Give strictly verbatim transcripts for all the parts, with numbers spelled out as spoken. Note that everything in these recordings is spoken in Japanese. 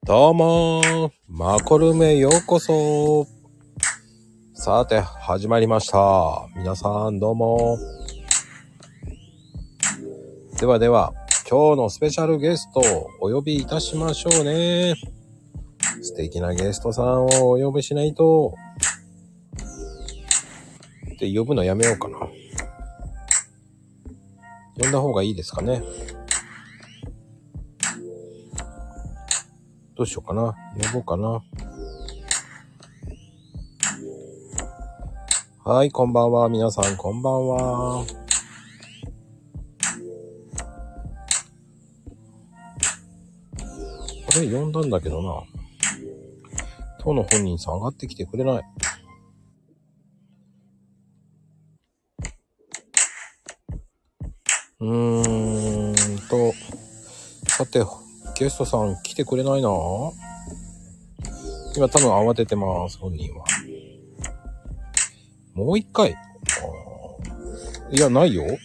どうもー、マコルメようこそ。さて、始まりました。皆さん、どうも。ではでは、今日のスペシャルゲストをお呼びいたしましょうね。素敵なゲストさんをお呼びしないと。って呼ぶのやめようかな。呼んだ方がいいですかね。どうしようかな。呼ぼうかな。はい、こんばんは。皆さん、こんばんは。これ、呼んだんだけどな。当の本人さん上がってきてくれない。うーんと、さて、ゲストさん来てくれないな。今多分慌ててます、本人は。もう一回。いや、ないよ。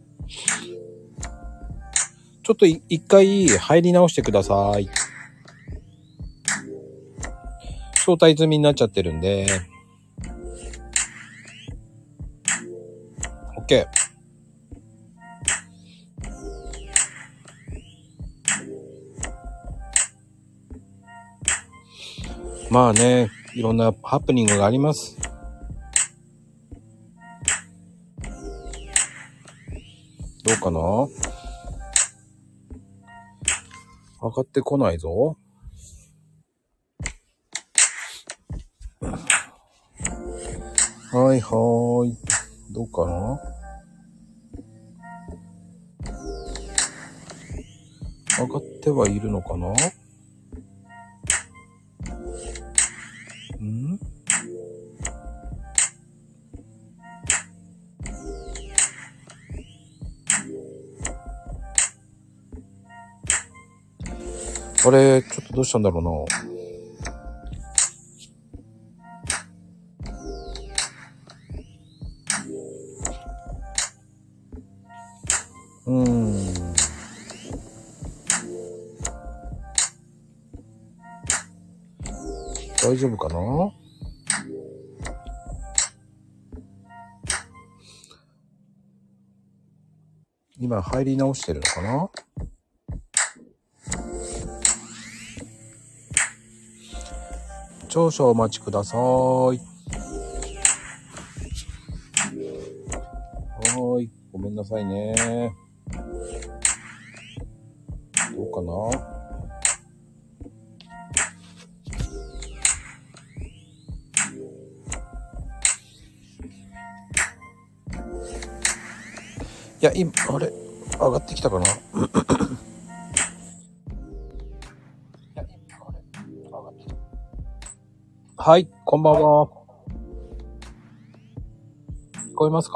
ちょっと一回入り直してください。招待済みになっちゃってるんで。OK。まあね、いろんなハプニングがあります。どうかな？上がってこないぞ。はいはーい。どうかな？上がってはいるのかな？ん？あれ、ちょっとどうしたんだろうな。うーん。大丈夫かな？今入り直してるのかな？少々お待ちください。はーい。ごめんなさいね。どうかな？いや、今、あれ、上がってきたかな？はい、こんばんは。聞こえますか？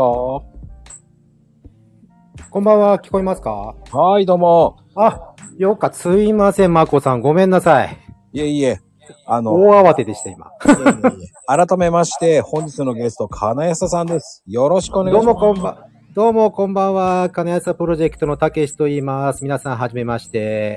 こんばんは、聞こえますか？ はい、どうも。 あ、よっか、すいません、まこさん、ごめんなさい。 いえいえ、あの、 大慌てでした、今。 いえいえいえ改めまして、本日のゲスト、金安さんです。よろしくお願いします。 どうもこんばん、どうもこんばんは、金安プロジェクトのたけしと言います。皆さん、はじめまして。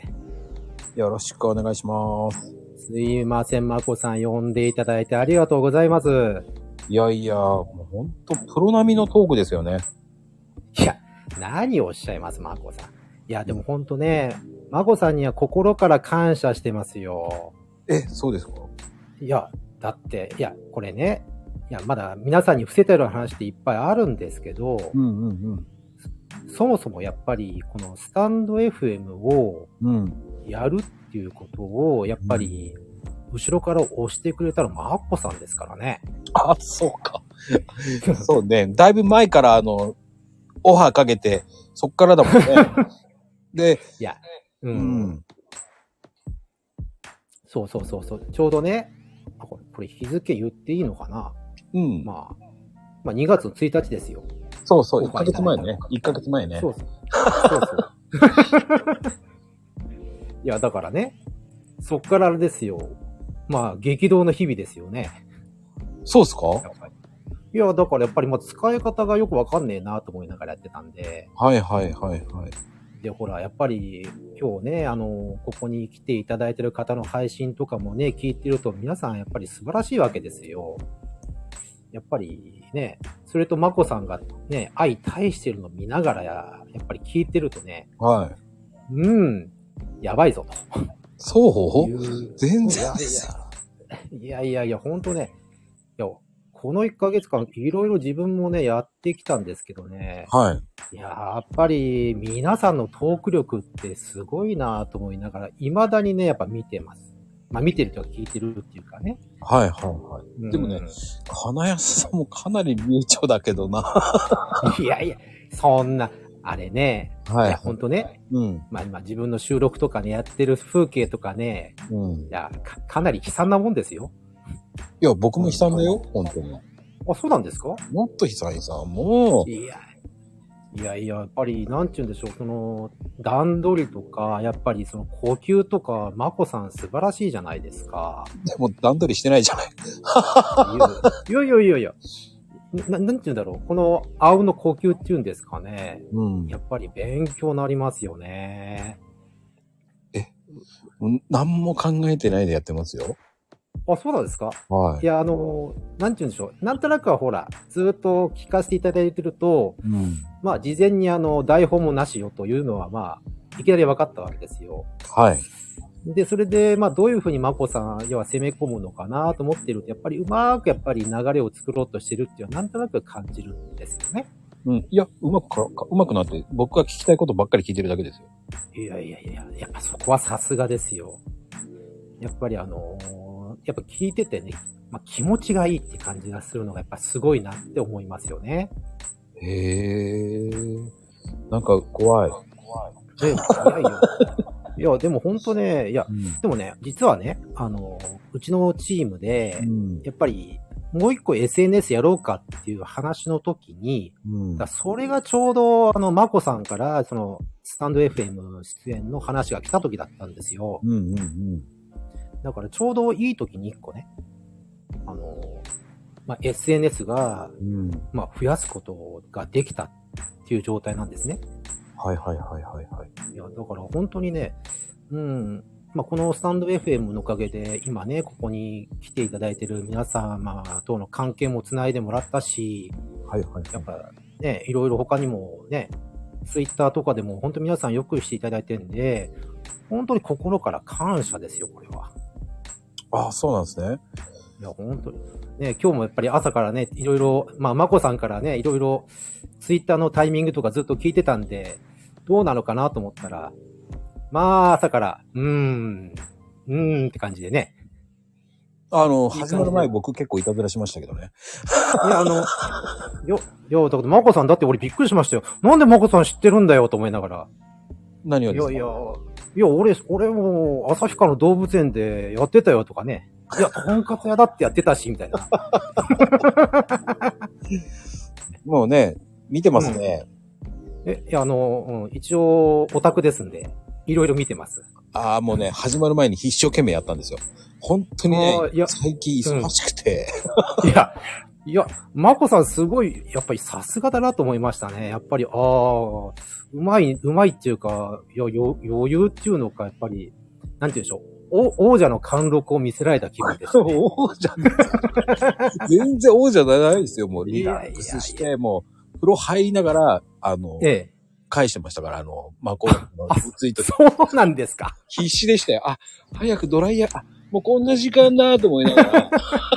よろしくお願いします。 すいません、まこさん、呼んでいただいてありがとうございます。 いやいや、もうほんと、プロ並みのトークですよね。 いや、何をおっしゃいます、まこさん。いや、でもほんとね、まこさんには心から感謝してますよ。 え、そうですか？ いや、だって、いや、これね、いや、まだ皆さんに伏せてる話っていっぱいあるんですけど、 うんうんうん。 そもそもやっぱり、このスタンド エフエム をやるっていうことを、やっぱり、後ろから押してくれたらマッコさんですからね。 あ、そうか。そうね。だいぶ前から、あの、オファーかけて、そっからだもんね。で、 いや、う。 うんん。 そうそうそうそう。ちょうどね、あこれ、これ日付言っていいのかな？ うん。 まあ、まあにがつのついたちですよ。 そうそう、いっかげつまえね。いっかげつまえね。 そうそう。そうそう。いや、だからね、そっからあれですよ。まあ、激動の日々ですよね。 そうっすか？ やっぱり。いや、だからやっぱりまあ使い方がよくわかんねえなと思いながらやってたんで。 はいはいはいはい。 で、ほら、やっぱり、今日ね、あの、ここに来ていただいてる方の配信とかもね、聞いてると、皆さんやっぱり素晴らしいわけですよ。やっぱりね、それとまこさんがね、相対してるのを見ながらや、やっぱり聞いてるとね、 はい。 うん、やばいぞと。 そう全然ですよ。 いやいやいや、ほんとね、いや、このいっかげつかん、いろいろ自分もね、やってきたんですけどね。 はい。 いや、やっぱり、皆さんのトーク力ってすごいなと思いながら、未だにね、やっぱ見てます。まあ、見てるとか聞いてるっていうかね。 はいはいはい。うん、でもね、金安さんもかなり流暢だけどな。 いやいや、そんな、あれね。はい。いや、ほんとね。 うん。 まあ今自分の収録とかね、やってる風景とかね。うん。いや、か、かなり悲惨なもんですよ。 いや、僕も悲惨だよ、本当に。 あ、そうなんですか？ もっと悲惨さ、もう。 いや、いやいや、やっぱり、なんて言うんでしょう、その、段取りとか、やっぱりその呼吸とか、まこさん素晴らしいじゃないですか。 でも段取りしてないじゃない。 いやいやいやいや。な、なんて言うんだろう。この、あうの呼吸っていうんですかね。うん。やっぱり勉強になりますよね。 え、何も考えてないでやってますよ。 あ、そうなんですか？ はい。 いや、あの、なんて言うんでしょう。なんとなくはほら、ずっと聞かせていただいてると、うん、まあ、事前にあの、台本もなしよというのは、まあ、いきなり分かったわけですよ。 はい。 で、それで、まあ、どういうふうにまこさん、要は攻め込むのかなと思ってると、やっぱりうまくやっぱり流れを作ろうとしてるっていうのは、なんとなく感じるんですよね。 うん。いや、うまくか、うまくなって、僕が聞きたいことばっかり聞いてるだけですよ。 いやいやいや、やっぱそこはさすがですよ。やっぱりあのー、やっぱ聞いててね、まあ、気持ちがいいって感じがするのがやっぱすごいなって思いますよね。 へー。なんか怖い。怖い。 え、いやいや。いや、でもほんとね、いや、うん、でもね、実はね、あの、うちのチームで、うん、やっぱり、もう一個 エスエヌエス やろうかっていう話の時に、うん、だそれがちょうど、あの、まこさんから、その、スタンド エフエム 出演の話が来た時だったんですよ。うんうんうん、だからちょうどいい時に一個ね、あの、まあ、エスエヌエス が、うん、まあ、増やすことができたっていう状態なんですね。 はいはいはいはいはい。 いや、だから本当にね、うん、まあ、このスタンド エフエム のおかげで、今ね、ここに来ていただいている皆様との関係もつないでもらったし、 はいはい。 やっぱね、いろいろ他にもね、ツイッターとかでも本当皆さんよくしていただいてるんで、本当に心から感謝ですよ、これは。 ああ、そうなんですね。 いや、本当に。ね、今日もやっぱり朝からね、いろいろ、まあ、まこさんからね、いろいろ、ツイッターのタイミングとかずっと聞いてたんで、どうなのかなと思ったら、まあ、朝から、うーん、うーんって感じでね。 あの、いい始まる前僕結構いたずらしましたけどね。 いや、あの、よ、いや、だから、まこさんだって俺びっくりしましたよ。なんでまこさん知ってるんだよと思いながら。 何をですか？ いやいや、いや、俺、俺も、旭川の動物園でやってたよとかね。いや、とんかつ屋だってやってたし、みたいな。 もうね、見てますね。 うん、え、いや、あの、うん、一応、オタクですんで、いろいろ見てます。 ああ、もうね、始まる前に必勝懸命やったんですよ。本当にね、いや最近忙しくて。 うん、いや、いや、まこさんすごい、やっぱりさすがだなと思いましたね。やっぱり、ああ、うまい、うまいっていうか、いや、よ余裕っていうのか、やっぱり、なんて言うんでしょう。お王者の貫禄を見せられた気分ですね。 王者全然王者じゃないですよ。もうリラックスして、いやいやいやもう風呂入りながら、あの、ええ、返してましたから、あの、まこのツイート。 そうなんですか。 必死でしたよ。あ、早くドライヤー、あ、もうこんな時間だと思いながら。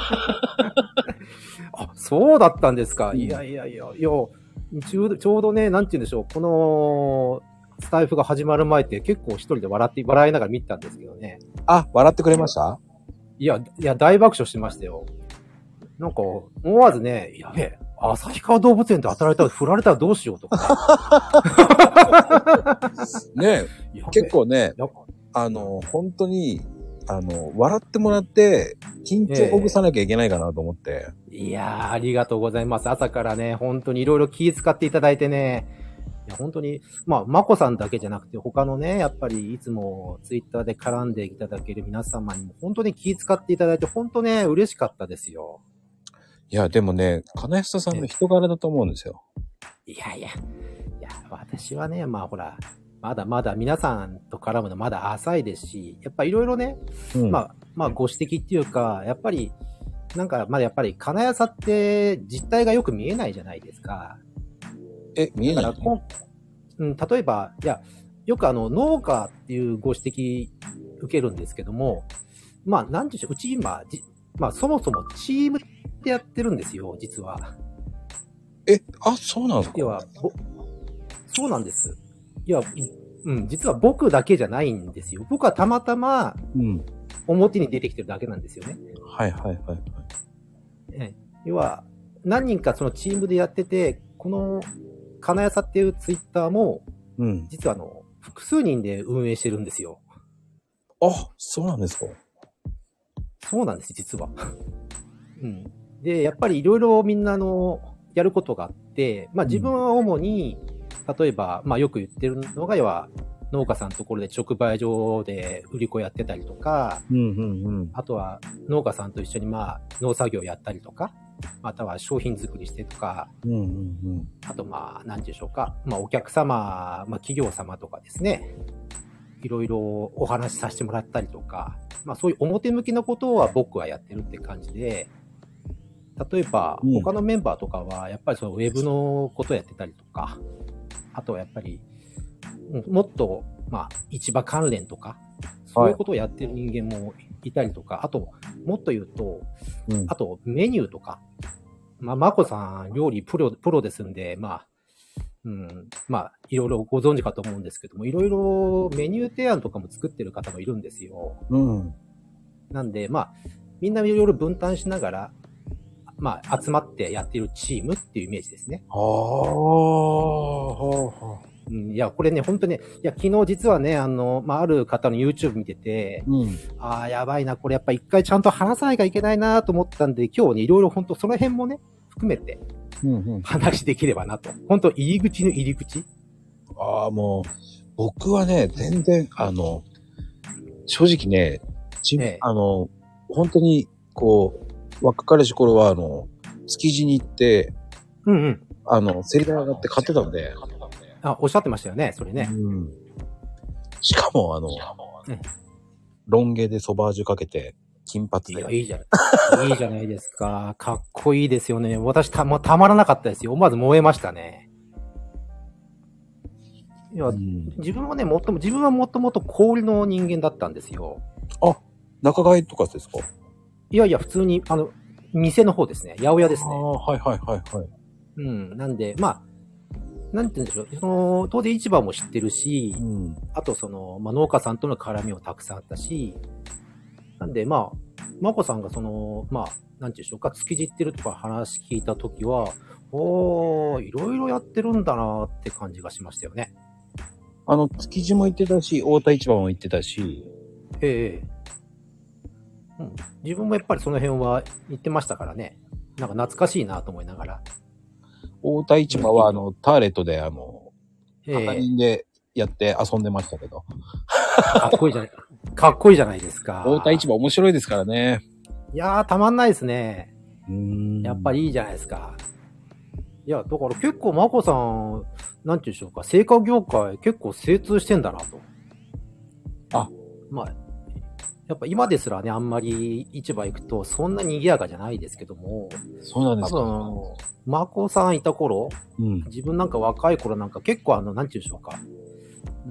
あ、そうだったんですか。うん、いやいやいや、いや、ちょうど、ちょうどね、なんて言うんでしょう。この、スタイフが始まる前って結構一人で笑って、笑いながら見てたんですけどね。 あ、笑ってくれました？ いや、いや、大爆笑してましたよ。なんか、思わずね、やべえ、旭川動物園で働いたら振られたらどうしようとかね。ねえ、結構ね、あの、本当に、あの、笑ってもらって、緊張ほぐさなきゃいけないかなと思って。 えー、いやー、ありがとうございます。朝からね、本当にいろいろ気遣っていただいてね、いや本当に、まあ、まこさんだけじゃなくて、他のね、やっぱりいつもツイッターで絡んでいただける皆様にも本当に気遣っていただいて、本当ね、嬉しかったですよ。 いや、でもね、金下さんの人柄だと思うんですよ。 いやいや、いや、私はね、まあほら、 まだまだ皆さんと絡むのまだ浅いですし、やっぱいろいろね、うん、まあ、まあご指摘っていうか、やっぱり、なんかまだやっぱり金谷さって実態がよく見えないじゃないですか。 え、見えない、ね、 うん、例えば、いや、よくあの、農家っていうご指摘受けるんですけども、まあ、なんていうんでしょう、うち今、まあ、そもそもチームでやってるんですよ、実は。 え、あ、そうなんですか？ 要は、そうなんです。いや、うん、実は僕だけじゃないんですよ。僕はたまたま、表に出てきてるだけなんですよね。 うん、はいはいはい、はい。 え要は、何人かそのチームでやってて、この、金谷さっていうツイッターも、うん、実はあの、複数人で運営してるんですよ。 あ、そうなんですか？ そうなんです、実は。うん。で、やっぱりいろいろみんなの、やることがあって、まあ自分は主に、うん、例えば、まあよく言ってるのが、要は、農家さんのところで直売所で売り子やってたりとか、うんうんうん、あとは農家さんと一緒にまあ農作業やったりとか、または商品作りしてとか、うんうんうん、あとまあ、なんていうんでしょうか、まあお客様、まあ企業様とかですね、いろいろお話しさせてもらったりとか、まあそういう表向きのことは僕はやってるって感じで、例えば他のメンバーとかはやっぱりそのウェブのことやってたりとか、あとはやっぱりもっとまあ市場関連とか、そういうことをやってる人間もいたりとか、はい、あともっと言うと、うん、あとメニューとか、まあまこさん料理プロプロですんで、まあ、うん、まあいろいろご存知かと思うんですけども、いろいろメニュー提案とかも作ってる方もいるんですよ。うん。なんでまあみんないろいろ分担しながら。まあ、集まってやっているチームっていうイメージですね。ああ、うん、いや、これね、本当にね、いや、昨日実はね、あの、まあ、ある方の YouTube 見てて、うん、ああ、やばいな、これやっぱ一回ちゃんと話さなきゃいけないなと思ったんで、今日ね、いろいろ本当その辺もね、含めて、話できればなと。うんうん、本当入り口の入り口ああ、もう、僕はね、全然、あの、正直ね、ちええ、あの、本当に、こう、若かりし頃は、あの、築地に行って、うんうん。あの、競り台上がって買ってたんで。 あ、おっしゃってましたよね、それね。うん。 しかも、あの、うん、ロン毛でソバージュかけて、金髪で。 いや、いいじゃない。いいじゃないですか。かっこいいですよね。私たま、たまらなかったですよ。思わず燃えましたね。いや、うん、自分はね、もっとも、自分はもともと氷の人間だったんですよ。 あ、仲買とかですか？ いやいや、普通に、あの、店の方ですね。八百屋ですね。ああ、 はいはいはいはい。 うん。なんで、まあ、なんて言うんでしょう。その、当然市場も知ってるし、うん、あとその、まあ、農家さんとの絡みもたくさんあったし、なんで、まあ、まこさんがその、まあ、なんて言うんでしょうか、築地行ってるとか話聞いたときは、おー、いろいろやってるんだなーって感じがしましたよね。 あの、築地も行ってたし、大田市場も行ってたし、 ええうん、自分もやっぱりその辺は行ってましたからね。なんか懐かしいなと思いながら。 大田市場はあの、ターレットであの、片人でやって遊んでましたけど。 かっこいいじゃない、かっこいいじゃないですか。 大田市場面白いですからね。 いやー、たまんないですね。うーん。やっぱりいいじゃないですか。いや、だから結構マコさん、なんていうんでしょうか、青果業界結構精通してんだなと。あ、まあ、やっぱ今ですらね、あんまり市場行くとそんな賑やかじゃないですけども。 そうなんですか。 多分、マコさんいた頃、うん、自分なんか若い頃なんか結構あの、なんていうんでしょうか。うん、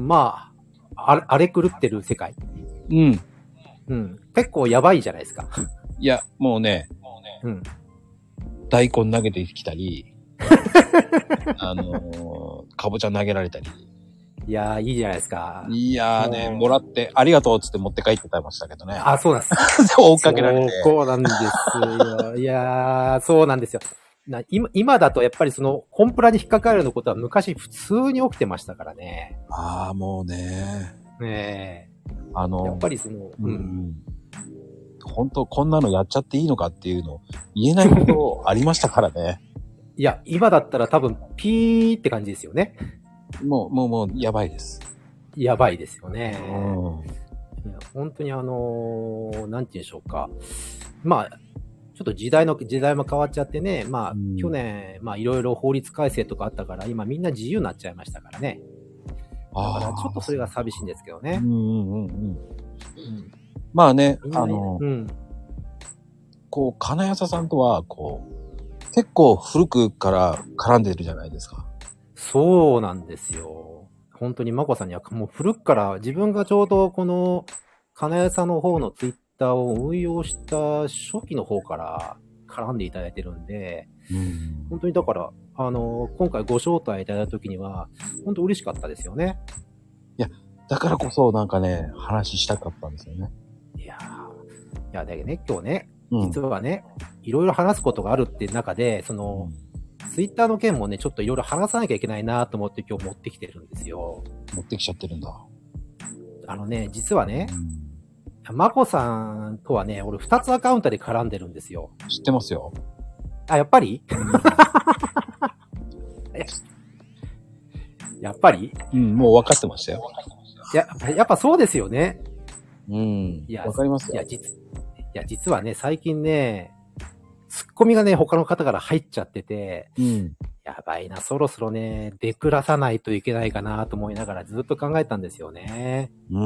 まあ、あれ、荒れ狂ってる世界。うん。うん。結構やばいじゃないですか。 いや、もうね、うん。大根投げてきたり、あのー、かぼちゃ投げられたり。 いやー、いいじゃないですか。 いやーね、もらって、ありがとうっつって持って帰ってたましたけどね。 あ、そうなんです。 でも追っかけられて。 そうなんですよ。いやー、そうなんですよ。な今、今だとやっぱりその、コンプラに引っかかるようなことは昔普通に起きてましたからね。 ああ、もうね。 ねえ。 あの、 やっぱりその、 うん。うん、本当こんなのやっちゃっていいのかっていうの言えないことありましたからね。 いや、今だったら多分、ピーって感じですよね。 もう、もう、もう、やばいです。 やばいですよね。うん、いや本当にあのー、なんて言うんでしょうか。まあ、ちょっと時代の、時代も変わっちゃってね。まあ、うん、去年、まあ、いろいろ法律改正とかあったから、今みんな自由になっちゃいましたからね。 だからちょっとそれが寂しいんですけどね。 うんうんうんうん。うん、まあね、あの、 うん、 こう、金谷さんとは、こう、結構古くから絡んでるじゃないですか。 そうなんですよ。本当にまこさんにはもう古くから自分がちょうどこの金谷さんの方のツイッターを運用した初期の方から絡んでいただいてるんで、うん、本当にだから、あの、今回ご招待いただいた時には、本当嬉しかったですよね。 いや、だからこそなんかね、話したかったんですよね。 いやー、いや、だけどね、今日ね、実はね、いろいろ話すことがあるって中で、その、うん、ツイッターの件もね、ちょっといろいろ話さなきゃいけないなと思って今日持ってきてるんですよ。 持ってきちゃってるんだ。 あのね、実はね、うん、まこさんとはね、俺二つアカウントで絡んでるんですよ。 知ってますよ。 あ、やっぱりやっぱりうん、もう分かってましたよ。 いや、やっぱそうですよね。 うん。いや、分かりますよ。 いや、実、いや、実はね、最近ね、ツッコミがね、他の方から入っちゃってて、うん、やばいな、そろそろね、デクらさないといけないかなと思いながらずっと考えたんですよね。 うん。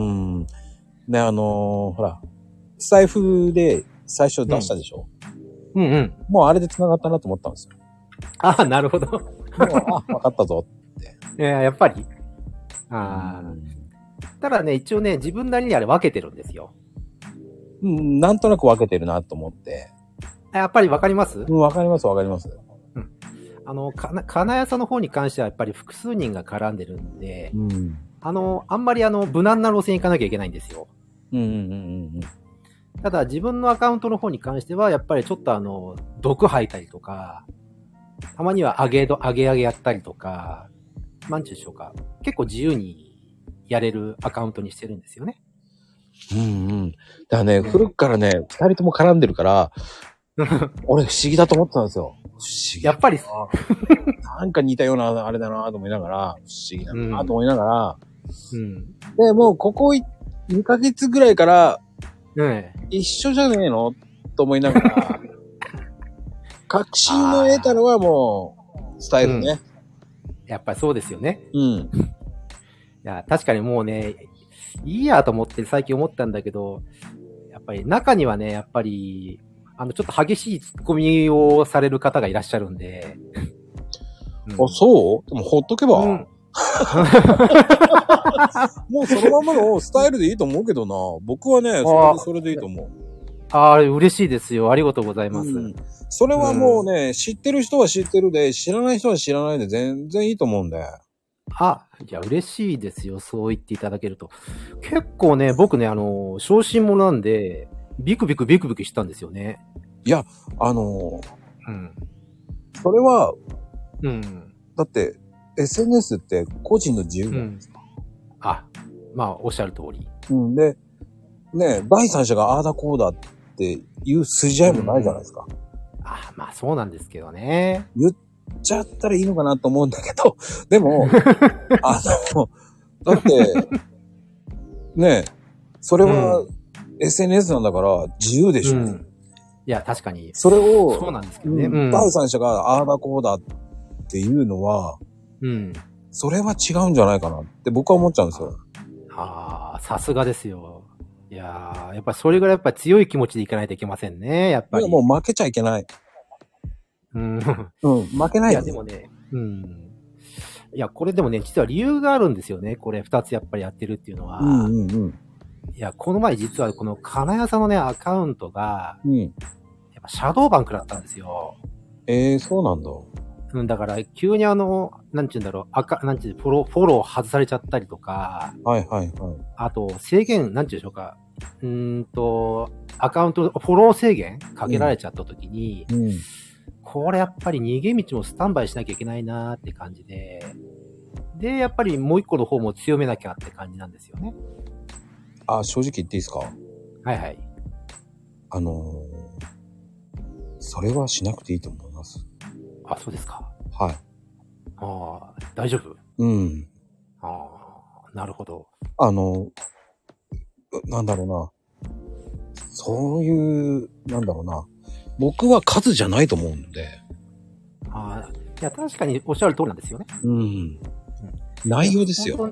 で、あのー、ほら、スタイフで最初出したでしょ、 うん、うんうんもうあれで繋がったなと思ったんですよ。 ああ、なるほど。もう、 あ、分かったぞって。 いや、やっぱり。ああ。ただね、一応ね、自分なりにあれ分けてるんですよ。 うん、なんとなく分けてるなと思って。 やっぱり分かります？ うん、分かります、分かります。 うん。あの、かな、金谷さんの方に関してはやっぱり複数人が絡んでるんで、うん、あの、あんまりあの、無難な路線行かなきゃいけないんですよ。うんうんうんうん。ただ自分のアカウントの方に関しては、やっぱりちょっとあの、毒吐いたりとか、たまには上げど、上げ上げやったりとか、なんちゅうでしょうか。結構自由にやれるアカウントにしてるんですよね。 うんうん。だからね、古くからね、二人とも絡んでるから、俺不思議だと思ってたんですよ。不思議。 やっぱり、 なんか似たようなあれだなと思いながら、不思議だなと思いながら、 うん。 で、もうここにかげつぐらいから、 うん、 一緒じゃねえのと思いながら、確信を得たのはもう、スタイルね、 うん。やっぱりそうですよね。 うん。いや、確かにもうね、いいやと思って最近思ったんだけど、やっぱり中にはね、やっぱり、あの、ちょっと激しいツッコミをされる方がいらっしゃるんで。 うん、あ、そうでもほっとけば。うん、もうそのままのスタイルでいいと思うけどな。僕はね、それで、それでいいと思う。 ああ、嬉しいですよ。ありがとうございます。うん、 それはもうね、うん、知ってる人は知ってるで、知らない人は知らないで全然いいと思うんで。 あ、いや、嬉しいですよ。そう言っていただけると。結構ね、僕ね、あの、小心者なんで、ビクビクビクビクしたんですよね。 いや、あのー、うん。 それは、 うん。 だって、エスエヌエス って個人の自由なんですか、 うん、あ、まあ、おっしゃる通り。 うん。で、ね、第三者がああだこうだっていう筋合いもないじゃないですか。うん、 あ、まあそうなんですけどね。 言っちゃったらいいのかなと思うんだけど、でも、あの、だって、ね、それは エスエヌエス なんだから自由でしょ。うん、 いや、確かに。 それを、 そうなんですけどね。 うん、第三者がああだこうだっていうのは、うん。それは違うんじゃないかなって僕は思っちゃうんですよ。 ああ、さすがですよ。いやー、やっぱりそれぐらいやっぱ強い気持ちでいかないといけませんね、やっぱり。 いや、もう負けちゃいけない。 うん。 うん、負けない。 いや、でもね、うん。いや、これでもね、実は理由があるんですよね。これ二つやっぱりやってるっていうのは。 うんうんうん。 いや、この前実はこの金谷さんのね、アカウントが、 うん。 やっぱシャドーバン食らったんですよ。 ええー、そうなんだ。 うん、だから、急にあの、なんちゅうんだろう、赤、なんちゅう、フォロー、フォロー外されちゃったりとか、 はいはいはい。 あと、制限、なんちゅうでしょうか、うーんと、アカウント、フォロー制限かけられちゃった時に、うんうん、これやっぱり逃げ道もスタンバイしなきゃいけないなーって感じで、で、やっぱりもう一個の方も強めなきゃって感じなんですよね。 あ、正直言っていいですか？ はいはい。 あのー、それはしなくていいと思います。 あ、そうですか。 はい。 ああ、大丈夫？ うん。 ああ、なるほど。 あの、なんだろうな。そういう、なんだろうな。僕は数じゃないと思うんで。 ああ、いや、確かにおっしゃる通りなんですよね。 うん。うん、内容ですよ。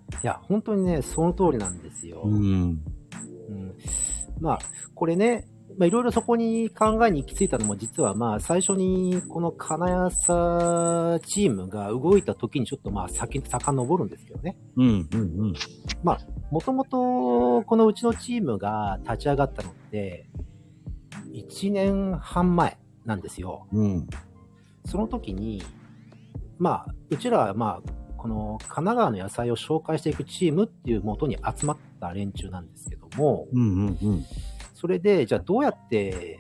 いや、本当にね、その通りなんですよ。 うん。うん、 まあ、これね、まあ、いろいろそこに考えに行き着いたのも、実はまあ、最初にこの金谷チームが動いた時にちょっとまあ、先に遡るんですけどね。 うん、うん、うん。 まあ、もともと、このうちのチームが立ち上がったのって、いちねんはん前なんですよ。 うん。 その時に、まあ、うちらはまあ、この神奈川の野菜を紹介していくチームっていう元に集まった連中なんですけども、 うん、うん、うん。 それで、じゃあどうやって、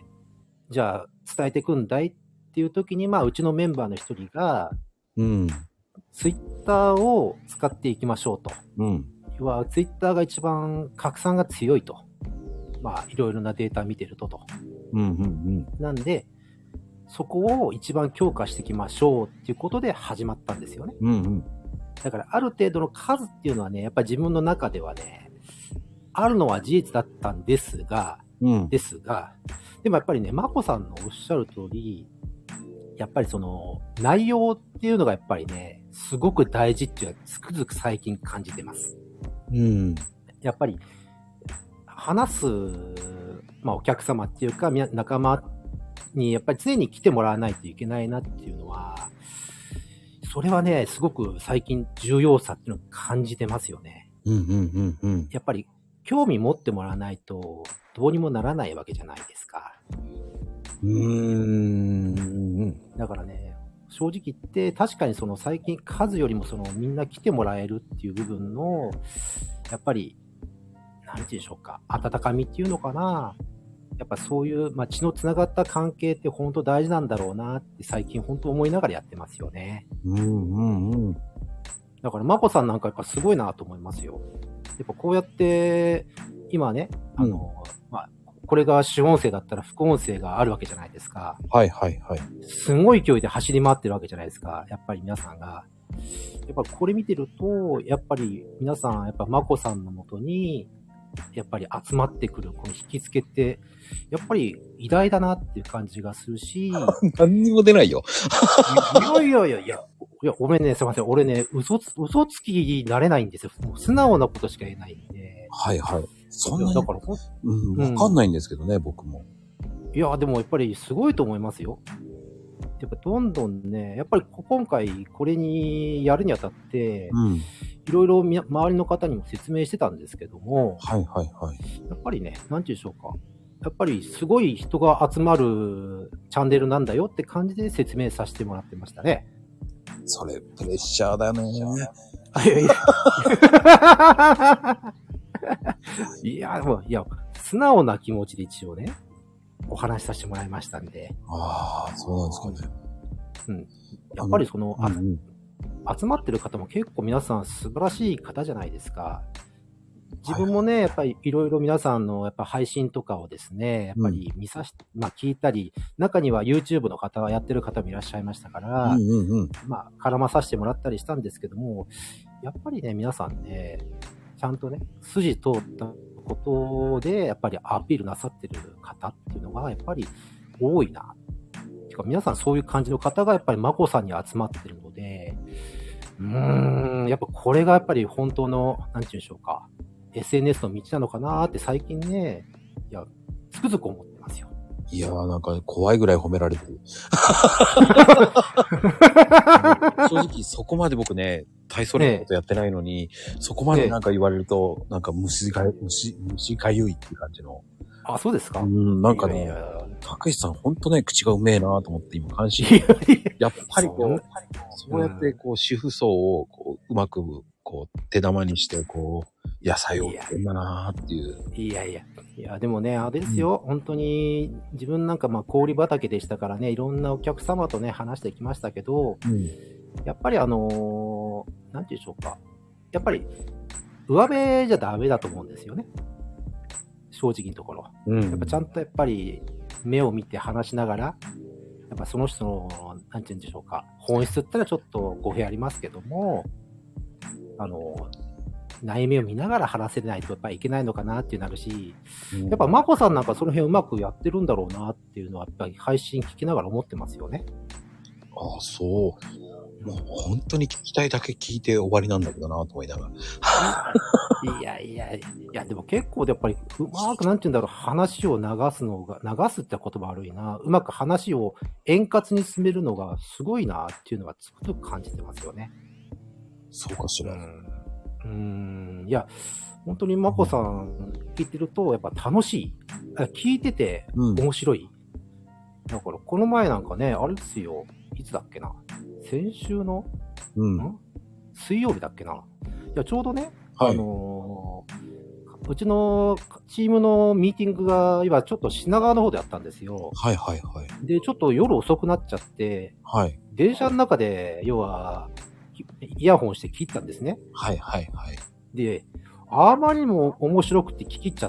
じゃあ伝えていくんだいっていう時に、まあ、うちのメンバーの一人が、 うん。 ツイッターを使っていきましょうと。 うん。 要は、ツイッターが一番拡散が強いと。まあ、いろいろなデータ見てるとと。 うん、うん、うん。 なんで、そこを一番強化していきましょうっていうことで始まったんですよね。 うん、うん。 だから、ある程度の数っていうのはね、やっぱり自分の中ではね、あるのは事実だったんですが、 うん、 ですが、でもやっぱりね、まこさんのおっしゃる通り、やっぱりその、内容っていうのがやっぱりね、すごく大事っていうのはつくづく最近感じてます。 うん。 やっぱり、話す、まあお客様っていうか、仲間にやっぱり常に来てもらわないといけないなっていうのは、それはね、すごく最近重要さっていうのを感じてますよね。 うん、うん、うん、うん。 やっぱり、興味持ってもらわないと、どうにもならないわけじゃないですか。 うーん。 だからね、正直言って確かにその最近数よりもそのみんな来てもらえるっていう部分の、やっぱり、なんて言うんでしょうか、温かみっていうのかな。やっぱそういう、まあ、血のつながった関係って本当大事なんだろうなって最近本当思いながらやってますよね。 うん、うん、うん。 だからまこさんなんかやっぱすごいなと思いますよ。やっぱこうやって、今ね、あの、うん、まあ、これが主音声だったら副音声があるわけじゃないですか。 はいはいはい。 すごい勢いで走り回ってるわけじゃないですか。やっぱり皆さんが。やっぱこれ見てると、やっぱり皆さん、やっぱまこさんのもとに、やっぱり集まってくる、この引き付けて、やっぱり偉大だなっていう感じがするし。 何にも出ないよ。 いやいやいやいや、いや、ごめんね、すいません。俺ね、嘘つ、嘘つきになれないんですよ。もう素直なことしか言えないんで。 はいはい。そんなに。 だから、 うん、わかんないんですけどね、うん、僕も。 いや、でもやっぱりすごいと思いますよ。やっぱどんどんね、やっぱり今回これにやるにあたって、うん、いろいろ周りの方にも説明してたんですけども、 はいはいはい。 やっぱりね、なんていうんでしょうか。やっぱりすごい人が集まるチャンネルなんだよって感じで説明させてもらってましたね。 それ、プレッシャーだね。いやいや。いや、もう、いや、素直な気持ちで一応ね、お話しさせてもらいましたんで。 ああ、そうなんですかね。 うん。やっぱりその、うんうん、集まってる方も結構皆さん素晴らしい方じゃないですか。自分もね、やっぱりいろいろ皆さんのやっぱ配信とかをですね、やっぱり見さし、うん、まあ聞いたり、中には YouTube の方はやってる方もいらっしゃいましたから、うんうんうん、まあ絡まさせてもらったりしたんですけども、やっぱりね、皆さんね、ちゃんとね、筋通ったことで、やっぱりアピールなさってる方っていうのがやっぱり多いな。てか皆さんそういう感じの方がやっぱりまこさんに集まってるので、うーん、やっぱこれがやっぱり本当の、なんていうんでしょうか。エスエヌエス の道なのかなーって最近ね、いや、つくづく思ってますよ。 いやーなんか怖いぐらい褒められてる。正直そこまで僕ね、大それたことやってないのに、ええ、そこまでなんか言われると、ええ、なんか虫が、虫、虫がゆいっていう感じの。 あ、そうですか？ うん、なんかね、たけしさんほんとね、口がうめえなと思って今感心。やっぱりこう、そうやってこう主婦層をこううまくこう手玉にしてこう、野菜を売ってんだなーっていう。 いやいや。いや、でもね、あれですよ。うん、本当に、自分なんかまあ氷畑でしたからね、いろんなお客様とね、話してきましたけど、うん、やっぱりあのー、なんて言うんでしょうか。やっぱり、上辺じゃダメだと思うんですよね。正直なところ。うん、やっぱちゃんとやっぱり、目を見て話しながら、やっぱその人の、なんて言うんでしょうか。本質ってのはちょっと語弊ありますけども、あのー、内面を見ながら話せないとやっぱりいけないのかなっていうのあるし、うん、やっぱまこさんなんかその辺うまくやってるんだろうなっていうのはやっぱり配信聞きながら思ってますよね。 ああ、そもう本当に聞きたいだけ聞いて終わりなんだけどなと思いながら。 いやいやいや、でも結構やっぱりうまくなんて言うんだろう、話を流すのが、流すって言葉悪いな、うまく話を円滑に進めるのがすごいなっていうのがつくづく感じてますよね。 そうかしら。 うん。うーんいや、本当にまこさん聞いてると、やっぱ楽しい。聞いてて面白い。うん、だからこの前なんかね、あれですよ、いつだっけな。先週の、 うん、 ん水曜日だっけな。いや、ちょうどね、 はい、 あのー、うちのチームのミーティングが今ちょっと品川の方であったんですよ。 はいはいはい。 で、ちょっと夜遅くなっちゃって、 はい。 電車の中で、要は、イヤホンして聞いたんですね。 はいはいはい。 で、あまりにも面白くて聞き入っちゃって、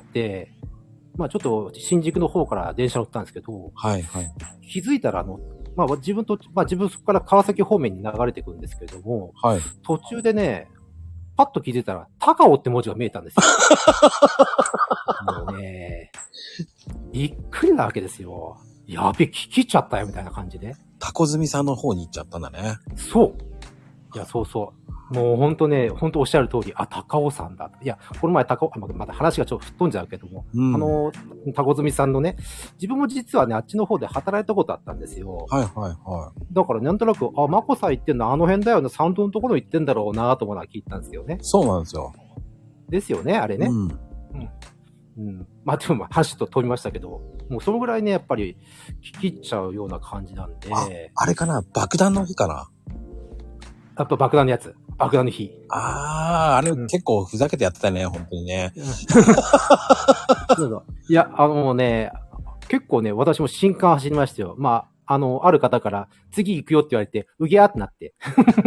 まあちょっと新宿の方から電車乗ったんですけど、 はいはい。 気づいたらあの、まあ自分と、まあ自分そこから川崎方面に流れていくんですけれども、 はい。 途中でね、パッと気づいたら、高尾って文字が見えたんですよ。もうね、びっくりなわけですよ。やべ、聞き入っちゃったよみたいな感じで。 タコズミさんの方に行っちゃったんだね。 そう。いや、そうそう。もうほんとね、ほんとおっしゃる通り、あ、高尾さんだ。いや、この前高尾、また話がちょっと吹っ飛んじゃうけども、うん、あの、タコズミさんのね、自分も実はね、あっちの方で働いたことあったんですよ。 はいはいはい。 だからなんとなく、あ、マコさん行ってんのあの辺だよね、サウンドのところ行ってんだろうなと思うのは聞いたんですけどね。 そうなんですよ。 ですよね、あれね。うん。うん。うん、まあでもまあ、話と飛びましたけど、もうそのぐらいね、やっぱり聞き入っちゃうような感じなんで。 あ、あれかな爆弾の日かなやっぱ爆弾のやつ。爆弾の日。 ああ、あれ結構ふざけてやってたね、うん、本当にね。 いや、あのね、結構ね、私も新刊走りましたよ。まあ、あの、ある方から、次行くよって言われて、うぎゃーってなって。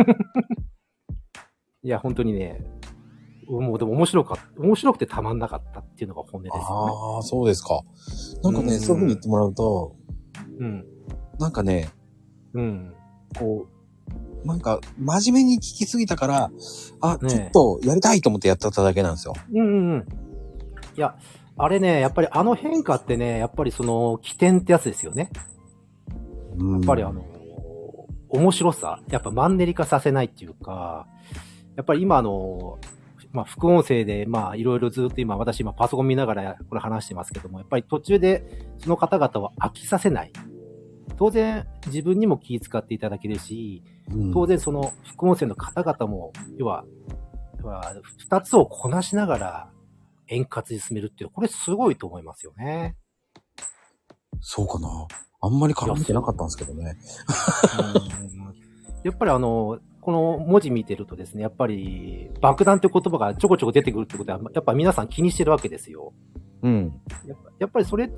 いや、本当にね、もうでも面白かった。面白くてたまんなかったっていうのが本音ですよね。 ああ、そうですか。なんかね、うん、そういう風に言ってもらうと、 うん。 なんかね、 うん。 こう、なんか、真面目に聞きすぎたから、あ、ね、ちょっとやりたいと思ってやってただけなんですよ。 うんうんうん。いや、あれね、やっぱりあの変化ってね、やっぱりその起点ってやつですよね。うん、やっぱりあの、面白さ、やっぱマンネリ化させないっていうか、やっぱり今あの、まあ副音声でまあいろいろずっと今私今パソコン見ながらこれ話してますけども、やっぱり途中でその方々を飽きさせない。当然自分にも気遣っていただけるし、うん、当然その副音声の方々も、要は、二つをこなしながら円滑に進めるっていう、これすごいと思いますよね。 そうかな。あんまり絡めてなかったんですけどね。 うんやっぱりあの、この文字見てるとですね、やっぱり爆弾って言葉がちょこちょこ出てくるってことは、やっぱ皆さん気にしてるわけですよ。 うん。 やっぱ、やっぱりそれって、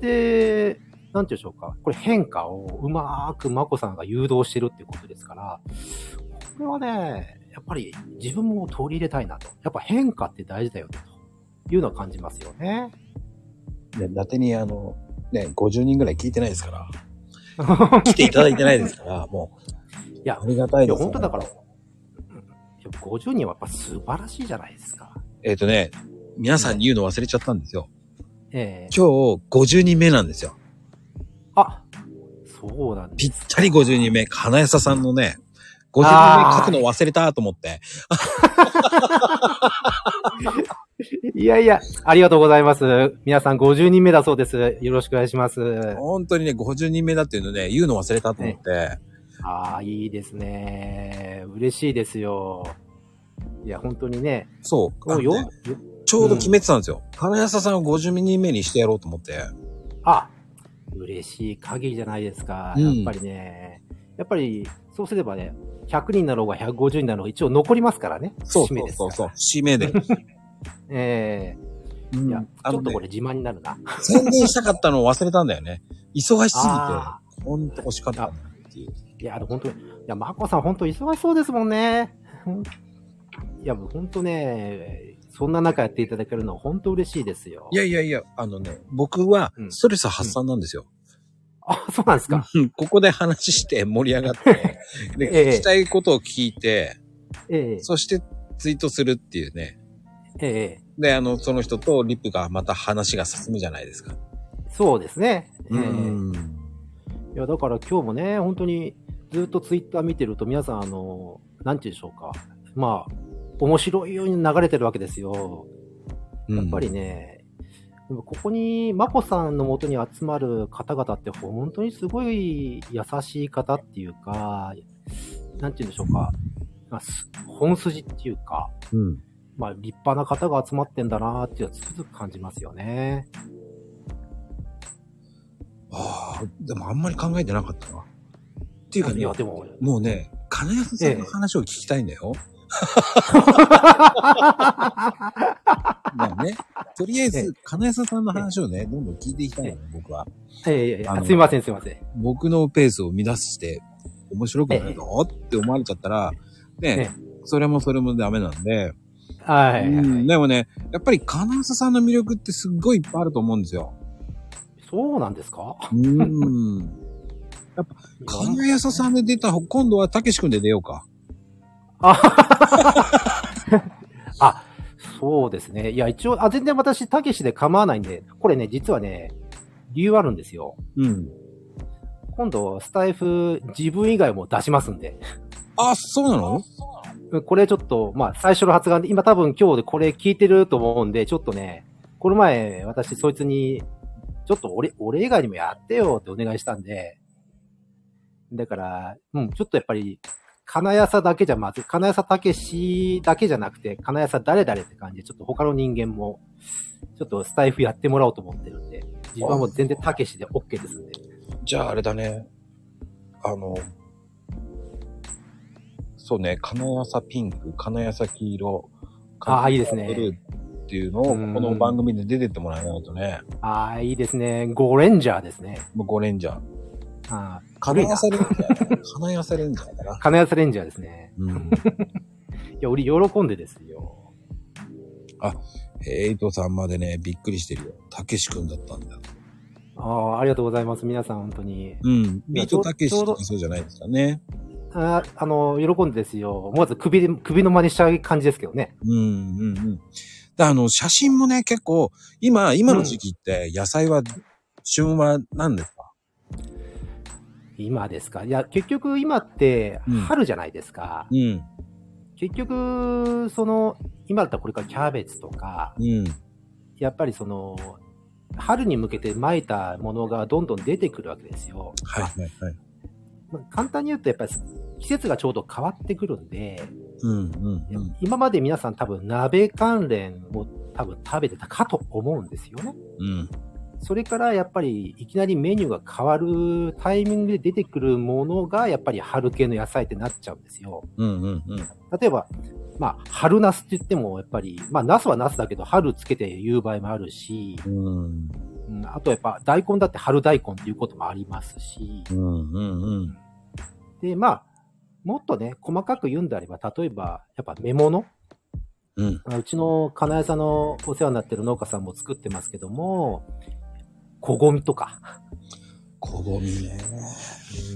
なんていうんでしょうか。これ変化をうまーくマコさんが誘導してるっていうことですから、これはね、やっぱり自分も取り入れたいなと。やっぱ変化って大事だよね、というのは感じますよね。 ね、伊達にあの、ね、ごじゅうにんぐらい聞いてないですから。来ていただいてないですから、もう。 いや、 ありがたいです、ね。 いや、本当だから、ごじゅうにんはやっぱ素晴らしいじゃないですか。 えっとね、皆さんに言うの忘れちゃったんですよ。 ええー、 今日ごじゅうにんめなんですよ。 あ、そうなんです。 ぴったりごじゅうにんめ、金谷さんのね、ごじゅうにんめ書くの忘れたと思って。 いやいや、ありがとうございます。皆さんごじゅうにんめだそうです。よろしくお願いします。 本当にね、ごじゅうにんめだっていうのね、言うの忘れたと思って。ね、 ああ、いいですね。嬉しいですよ。いや、本当にね。 そう。もうよ、ちょうど決めてたんですよ。うん、金谷さんをごじゅうにんめにしてやろうと思って。 あ、嬉しい限りじゃないですか。やっぱりね。うん、やっぱり、そうすればね、ひゃくにんだろうがひゃくごじゅうにんだろうが一応残りますからね。 そうそうそうそう。締めで。 ええーうん、いや、ちょっとこれ自慢になるな。 宣伝したかったのを忘れたんだよね。忙しすぎて。ほんと惜しかったっていう。 いや、本当に。いや、マコさん本当忙しそうですもんね。いや、もう本当ね、そんな中やっていただけるのは本当嬉しいですよ。 いやいやいや、あのね、僕はストレス発散なんですよ。 うんうん、あ、そうなんですか。 ここで話して盛り上がって、で、ええ、聞きたいことを聞いて、ええ、そしてツイートするっていうね。 ええ。 で、あの、その人とリップがまた話が進むじゃないですか。 そうですね。 うん。 いや、だから今日もね、本当に、 ずっとツイッター見てると皆さん、あの、なんて言うんでしょうか。まあ、面白いように流れてるわけですよ。やっぱりね、うん、ここに、まこさんの元に集まる方々って本当にすごい優しい方っていうか、なんて言うんでしょうか。まあ、本筋っていうか、うん、まあ、立派な方が集まってんだなーっていうのはつくづく感じますよね。 ああ、でもあんまり考えてなかったな。っていうかね、 いやでももうね、金安さんの話を聞きたいんだよ。ええまあね、とりあえず、金安さんの話をね、どんどん聞いていきたいのよ、僕は。 ええ、すいません、すいません。 僕のペースを乱して、面白くないの、ええ、って思われちゃったら、ね、ええ、それもそれもダメなんで。 はい、はい、 うん。でもね、やっぱり金安さんの魅力ってすっごいいっぱいあると思うんですよ。 そうなんですか？ うーん。やっぱ、金安さんで出た、今度はたけし君で出ようか。 ああ、そうですね。いや、一応、あ、全然私、たけしで構わないんで、これね、実はね、理由あるんですよ。うん。今度、スタイフ、自分以外も出しますんで。 あ、そうなの？ これちょっと、まあ、最初の発言で、今多分今日でこれ聞いてると思うんで、ちょっとね、この前、私、そいつに、ちょっと俺、俺以外にもやってよってお願いしたんで、だから、うん、ちょっとやっぱり、金谷さだけじゃまず、金谷さたけしだけじゃなくて、金谷さ誰々って感じで、ちょっと他の人間も、ちょっとスタイフやってもらおうと思ってるんで、自分はもう全然たけしで OK ですんで。 じゃああれだね。あの、そうね、金谷さピンク、金谷さ黄色、 ああ、いいですね。 ブルーっていうのを、この番組で出てってもらえないとね。 ああ、いいですね。ゴレンジャーですね。 もうゴレンジャー。 ああ、 金谷さレンジャー。金谷さレンジャーだな。 金谷さレンジャーですね。うん。いや、俺喜んでですよ。 あ、ヘイトさんまでね、びっくりしてるよ。たけしくんだったんだ。 ああ、ありがとうございます。皆さん、本当に。 うん。ビートたけしってそうじゃないですかね。 ああの、喜んでですよ。思わず首で、首の真似しちゃう感じですけどね。 うん、うん、うん。あの、写真もね、結構、今、今の時期って野菜は、旬は何ですか？ 今ですか？いや、結局今って春じゃないですか。うん。うん、結局、その、今だったらこれからキャベツとか、うん、やっぱりその、春に向けて撒いたものがどんどん出てくるわけですよ。 はいはいはい。 まあ、簡単に言うとやっぱり季節がちょうど変わってくるんで、 うんうんうん、 今まで皆さん多分鍋関連を多分食べてたかと思うんですよね。うん。それからやっぱりいきなりメニューが変わるタイミングで出てくるものがやっぱり春系の野菜ってなっちゃうんですよ。うんうんうん。例えば、まあ、春ナスって言ってもやっぱり、まあナスはナスだけど春つけて言う場合もあるし、うん、うん、あとやっぱ大根だって春大根っていうこともありますし、うんうんうん、で、まあ、もっとね、細かく言うんであれば、例えば、やっぱ芽物、うん、うちの金谷さんのお世話になってる農家さんも作ってますけども、小ごみとか。 小ごみね。 うん。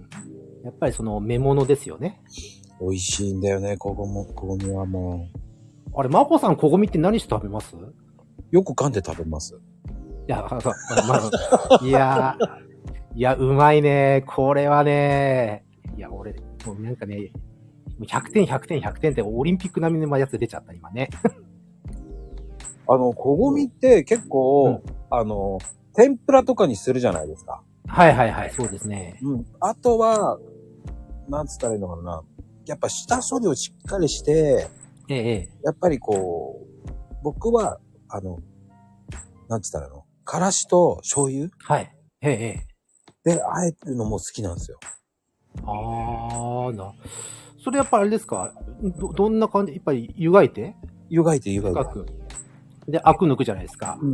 やっぱりその芽物ですよね。 美味しいんだよね、小ごみ、小ごみはもう。あれ、まこさん小ごみって何して食べます？ よく噛んで食べます。 いや、まあ、いや、いや、うまいね。これはね、いや、俺、もうなんかね、ひゃくてん、ひゃくてん、ひゃくてんってオリンピック並みのやつ出ちゃった、今ね。 あの、小ごみって結構、うん、あの、天ぷらとかにするじゃないですか。 はいはいはい、そうですね。 うん。あとは、なんつったらいいのかな。やっぱ下処理をしっかりして、ええ、やっぱりこう、僕は、あの、なんつったらいいの？からしと醤油？ はい。ええ。 で、あえてるのも好きなんですよ。 ああ、な。それやっぱあれですか？ど、どんな感じ？やっぱり湯がいて？ 湯がいて湯がいて。 深く。で、アク抜くじゃないですか。うん。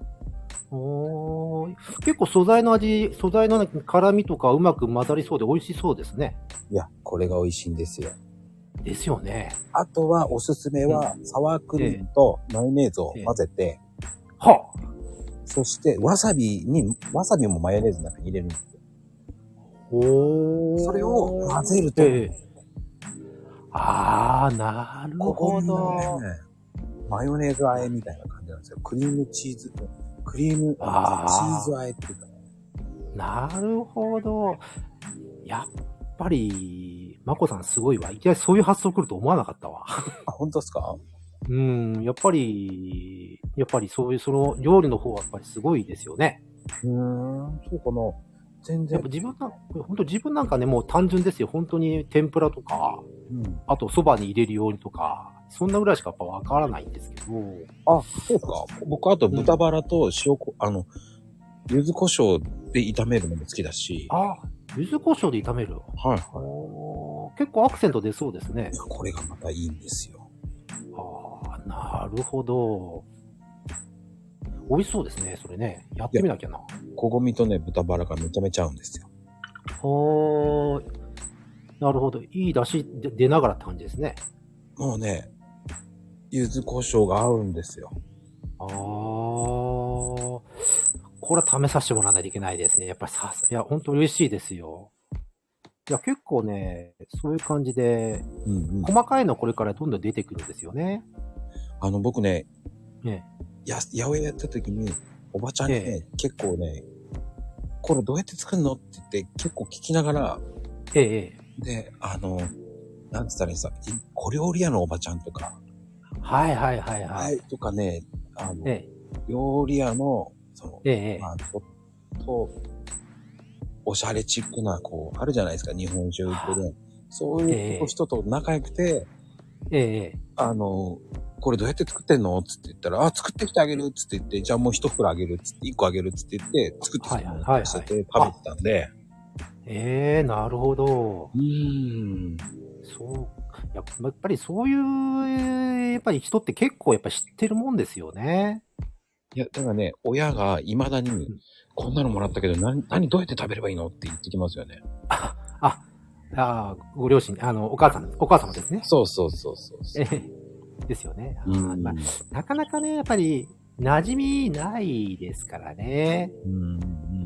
おー、結構素材の味、素材の辛みとかうまく混ざりそうで美味しそうですね。 いや、これが美味しいんですよ。 ですよね。 あとはおすすめは、サワークリームとマヨネーズを混ぜて、えええ、 はあ。 そして、わさびに、わさびもマヨネーズの中に入れるんですよ。 おー。 それを混ぜると、ええ、 あー、なるほど。 ね、マヨネーズ和えみたいな感じなんですよ。クリームチーズ、クリームチーズ和えっていうかね。 なるほど。やっぱり、まこさんすごいわ。いきなりそういう発想来ると思わなかったわ。 あ、本当ですか？ うん、やっぱり、やっぱりそういう、その料理の方はやっぱりすごいですよね。 うーん、そうかな。全然。 やっぱ自分な、本当自分なんかね、もう単純ですよ。本当に天ぷらとか、 うん、 あと蕎麦に入れるようにとか、そんなぐらいしかやっぱわからないんですけど。 あ、そうか。僕あと豚バラと塩こ、うん、あの、柚子胡椒で炒めるのも好きだし。 あ、柚子胡椒で炒める。 はいはい。 結構アクセント出そうですね。 これがまたいいんですよ。 ああ、なるほど。美味しそうですね、それね。やってみなきゃな。 こごみとね、豚バラがめちゃめちゃ合うんですよ。 おー、なるほど。いい出汁で出ながらって感じですね。 もうね、柚子胡椒が合うんですよ。 あー、これは試させてもらわないといけないですね。やっぱりさ、いや、本当嬉しいですよ。いや、結構ね、そういう感じで、うんうん、細かいのこれからどんどん出てくるんですよね。 あの、僕ね、 ねや、八百屋やった時に、おばちゃんにね、ええ、結構ね、これどうやって作るのって言って結構聞きながら、 ええ、 で、あの、なんつったらいいさ、小料理屋のおばちゃんとか、 はいはいはいはい。 とかね、あの、 ええ、 料理屋の、その、 ええ、 まあ、ちょっと、おしゃれチックな、こう、あるじゃないですか、日本酒で。そういう人と仲良くて、 ええ、 あの、これどうやって作ってんのつって言ったら、あ、作ってきてあげるつって言って、じゃあもう一袋あげるつって、一個あげるつって言って、作ってきてもらってしてて、食べてたんで。 ええー、なるほど。 うーん。 そう。やっぱりそういう、やっぱり人って結構やっぱ知ってるもんですよね。 いや、だからね、親が未だに、こんなのもらったけど、何、何、どうやって食べればいいのって言ってきますよね。 あ、あ、あご両親、あの、お母さん、お母様ですね。 そうそうそうそうそう。 ええ、ですよね。うんまあ、なかなかね、やっぱり、馴染みないですからね。うんうん、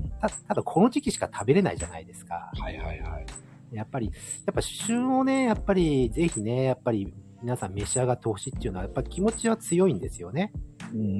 たただ、この時期しか食べれないじゃないですか。 はいはいはい。 やっぱり、やっぱ旬をね、やっぱり、ぜひね、やっぱり、皆さん召し上がってほしいっていうのは、やっぱり気持ちは強いんですよね。うんうんうん。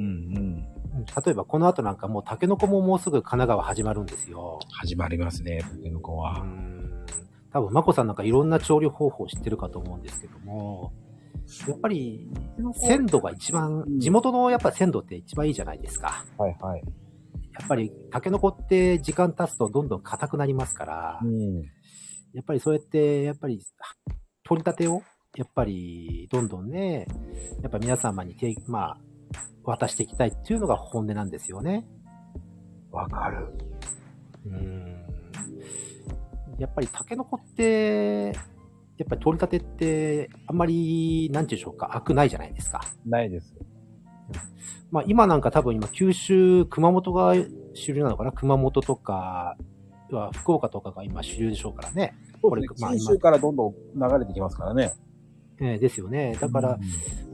例えば、この後なんかもう、タケノコももうすぐ神奈川始まるんですよ。 始まりますね、タケノコは。うん多分、まこさんなんかいろんな調理方法知ってるかと思うんですけども、やっぱり、鮮度が一番、地元のやっぱ鮮度って一番いいじゃないですか。 はいはい。 やっぱり、タケノコって時間経つとどんどん硬くなりますから、うん、やっぱりそうやって、やっぱり、取り立てを、やっぱり、どんどんね、やっぱ皆様に、まあ、渡していきたいっていうのが本音なんですよね。 わかる。 うん。やっぱりタケノコって、やっぱり取り立てって、あんまり、なんていうんでしょうか、悪ないじゃないですか。 ないです。 まあ今なんか多分今九州、熊本が主流なのかな、熊本とか、福岡とかが今主流でしょうからね。 これ、まあ、九州からどんどん流れてきますからね。 えー、ですよね。だから、うん、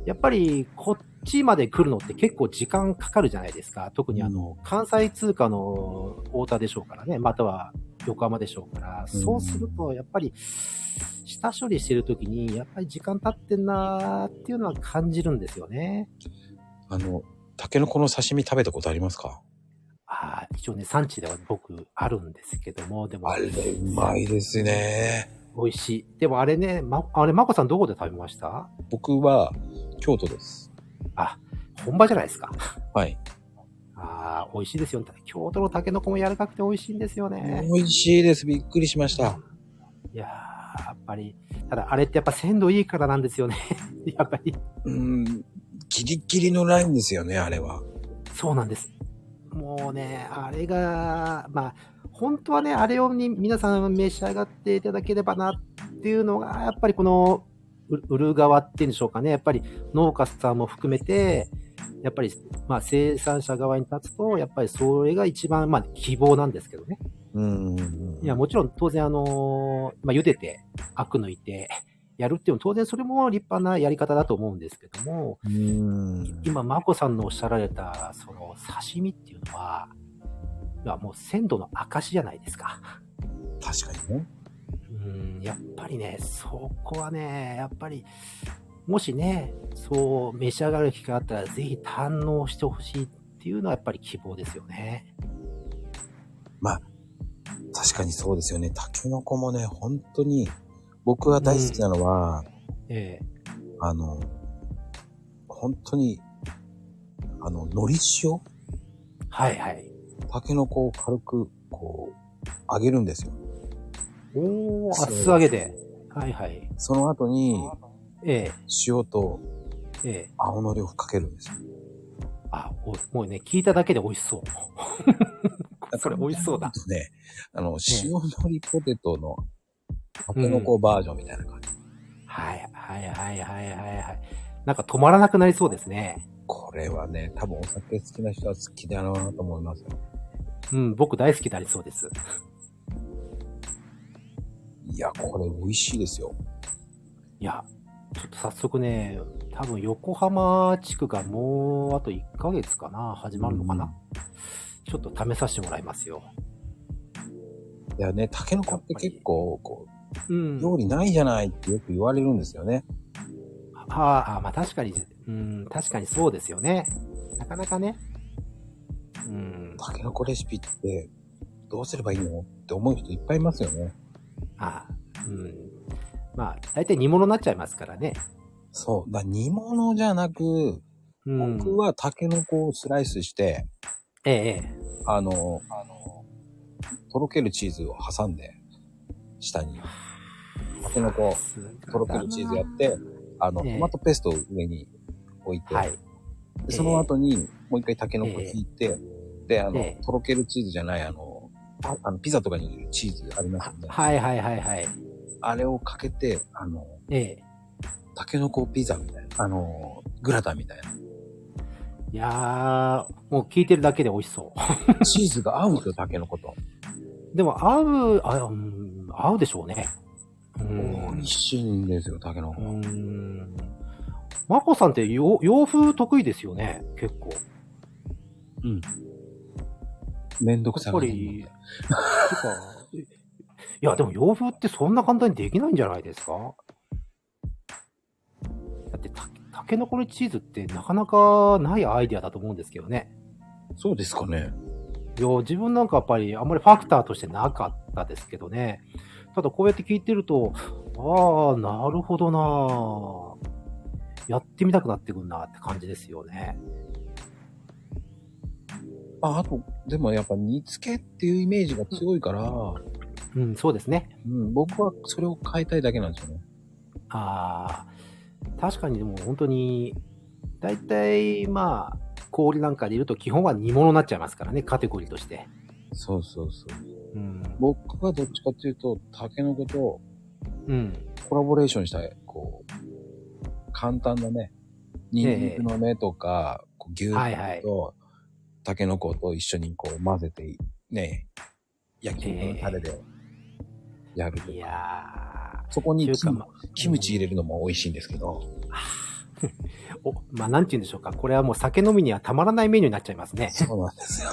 やっぱりこっちまで来るのって結構時間かかるじゃないですか。特にあの、うん、関西通貨の太田でしょうからね。または横浜でしょうから。うん、そうすると、やっぱり、下処理してるときに、やっぱり時間経ってんなーっていうのは感じるんですよね。 あの、タケノコの刺身食べたことありますか？ ああ、一応ね、産地では僕あるんですけども、でも。 あれ、うまいですね。 美味しい。でもあれね、ま、あれ、まこさんどこで食べました？ 僕は、京都です。 あ、本場じゃないですか。 はい。 ああ、美味しいですよ。京都のタケノコも柔らかくて美味しいんですよね。 美味しいです。びっくりしました。 いやー、やっぱり、ただあれってやっぱ鮮度いいからなんですよね。やっぱり。 うーん、ギリギリのラインですよね、あれは。 そうなんです。もうね、あれが、まあ、本当はね、あれをに皆さん召し上がっていただければなっていうのが、やっぱりこの、売る側っていうんでしょうかね。やっぱり農家さんも含めて、やっぱり、まあ生産者側に立つと、やっぱりそれが一番、まあ希望なんですけどね。うん。いや、もちろん当然あの、まあ茹でて、アク抜いて、やるっていうのは当然それも立派なやり方だと思うんですけども、うん今、まこさんのおっしゃられた、その刺身っていうのは、いやもう鮮度の証じゃないですか。 確かにね。 うん、やっぱりね、そこはね、やっぱり、もしね、そう召し上がる機会があったら、ぜひ堪能してほしいっていうのはやっぱり希望ですよね。 まあ、 確かにそうですよね。タケノコもね、本当に、僕が大好きなのは、うん、 ええ。 あの、本当に、あの、海苔塩はいはい。 タケノコを軽く、こう、揚げるんですよ。 おー、あ、素揚げで。はいはい。 その後に、 ええ。塩と、 ええ。 青のりをかけるんですよ。 あ、おもうね、聞いただけで美味しそう。それ美味しそうだ。 ね、あの、塩のりポテトのタケノコバージョンみたいな感じ。うん、 はいはいはいはいはいはい。なんか止まらなくなりそうですね。 これはね、多分お酒好きな人は好きだろうなと思いますよ。 うん、僕大好きでありそうです。 いや、これ美味しいですよ。 いや、ちょっと早速ね、多分横浜地区がもうあといっかげつかな、始まるのかな、うん、ちょっと試させてもらいますよ。 いやね、タケノコって結構、こう、うん、料理ないじゃないってよく言われるんですよね。 ああ、まあ確かに、うん、確かにそうですよね。なかなかね。 うん。タケノコレシピってどうすればいいのって思う人いっぱいいますよね。 ああ、うん。まあ、大体煮物になっちゃいますからね。 そう。だ煮物じゃなく、うん、僕はタケノコをスライスして、 ええ、 あの、あの、とろけるチーズを挟んで、下に、タケノコ、とろけるチーズやって、あの、ええ、トマトペーストを上に置いて、はい、でその後に、もう一回タケノコ引いて、ええ、で、あの、ええ、とろけるチーズじゃない、あの、ああのピザとかに入れるチーズありますよね。 はいはいはいはい。 あれをかけて、あの、 ええ、 タケノコピザみたいな、あの、グラタンみたいな。 いやー、もう聞いてるだけで美味しそう。 チーズが合うんですよ、タケノコと。 でも合う、あ、うん、合うでしょうね。 うん、美味しいんですよ、タケノコ。 うん。マコさんって洋洋風得意ですよね、結構。 うん。めんどくさがり。 やっぱり、いや、でも洋風ってそんな簡単にできないんじゃないですか？だってた、タケノコのチーズってなかなかないアイデアだと思うんですけどね。 そうですかね。 いや、自分なんかやっぱりあんまりファクターとしてなかったですけどね。ただこうやって聞いてると、ああ、なるほどな。やってみたくなってくるなって感じですよね。 あ、あと、でもやっぱ煮付けっていうイメージが強いから、 うん、うん、そうですね。 うん、僕はそれを変えたいだけなんですよね。 ああ、確かにでも本当に、だいたいまあ、氷なんかで言うと基本は煮物になっちゃいますからね、カテゴリーとして。 そうそうそう。 うん、 僕はどっちかっていうと、タケノコと、 うん、 コラボレーションしたい、こう、簡単なね、ニンニクの芽とか、ええ、こう牛肉と、タケノコと一緒にこう混ぜて、ね、焼き肉のタレでやるとか。ええ、いやそこにキム、キムチ入れるのも美味しいんですけど。 お、まあ、なんて言うんでしょうか。これはもう酒飲みにはたまらないメニューになっちゃいますね。 そうなんですよ。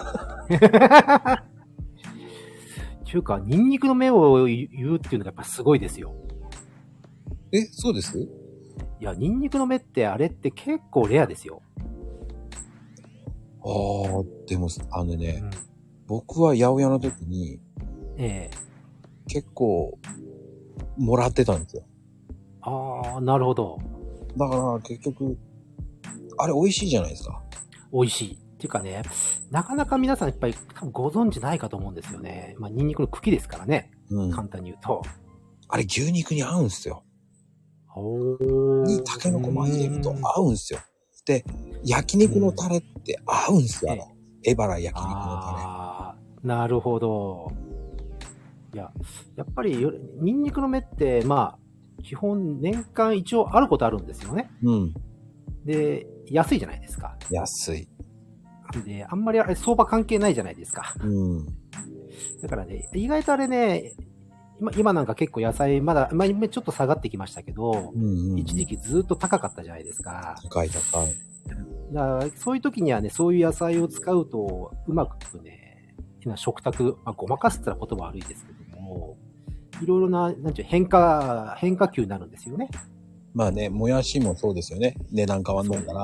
ちゅうか、ニンニクの芽を言うっていうのがやっぱすごいですよ。 え、そうです？ いや、ニンニクの芽ってあれって結構レアですよ。 ああ、でも、あのね、うん、僕は八百屋の時に、 ええ、 結構、もらってたんですよ。 ああ、なるほど。 だから結局、あれ美味しいじゃないですか。 美味しい。っていうかね、なかなか皆さんやっぱり多分ご存知ないかと思うんですよね。まあ、ニンニクの茎ですからね。うん、簡単に言うと。 あれ牛肉に合うんすよ。にタケノコも入れると合うんすよ。で、焼肉のタレって合うんすよ。あの、エバラ焼肉のタレ。 ああ、なるほど。いや、やっぱり、ニンニクの芽って、まあ、基本年間一応あることあるんですよね。 うん。 で、安いじゃないですか。 安い。 で、あんまりあれ相場関係ないじゃないですか。 うん。 だからね、意外とあれね、今、今なんか結構野菜まだ、まあ、今ちょっと下がってきましたけど、うんうんうん、一時期ずっと高かったじゃないですか。 高い高い。 だからそういう時にはね、そういう野菜を使うと、うまくね、今食卓、まあ、ごまかすって言ったら言葉悪いですけども、いろいろな、なんていう変化、変化球になるんですよね。 まあね、もやしもそうですよね。値段変わんないから。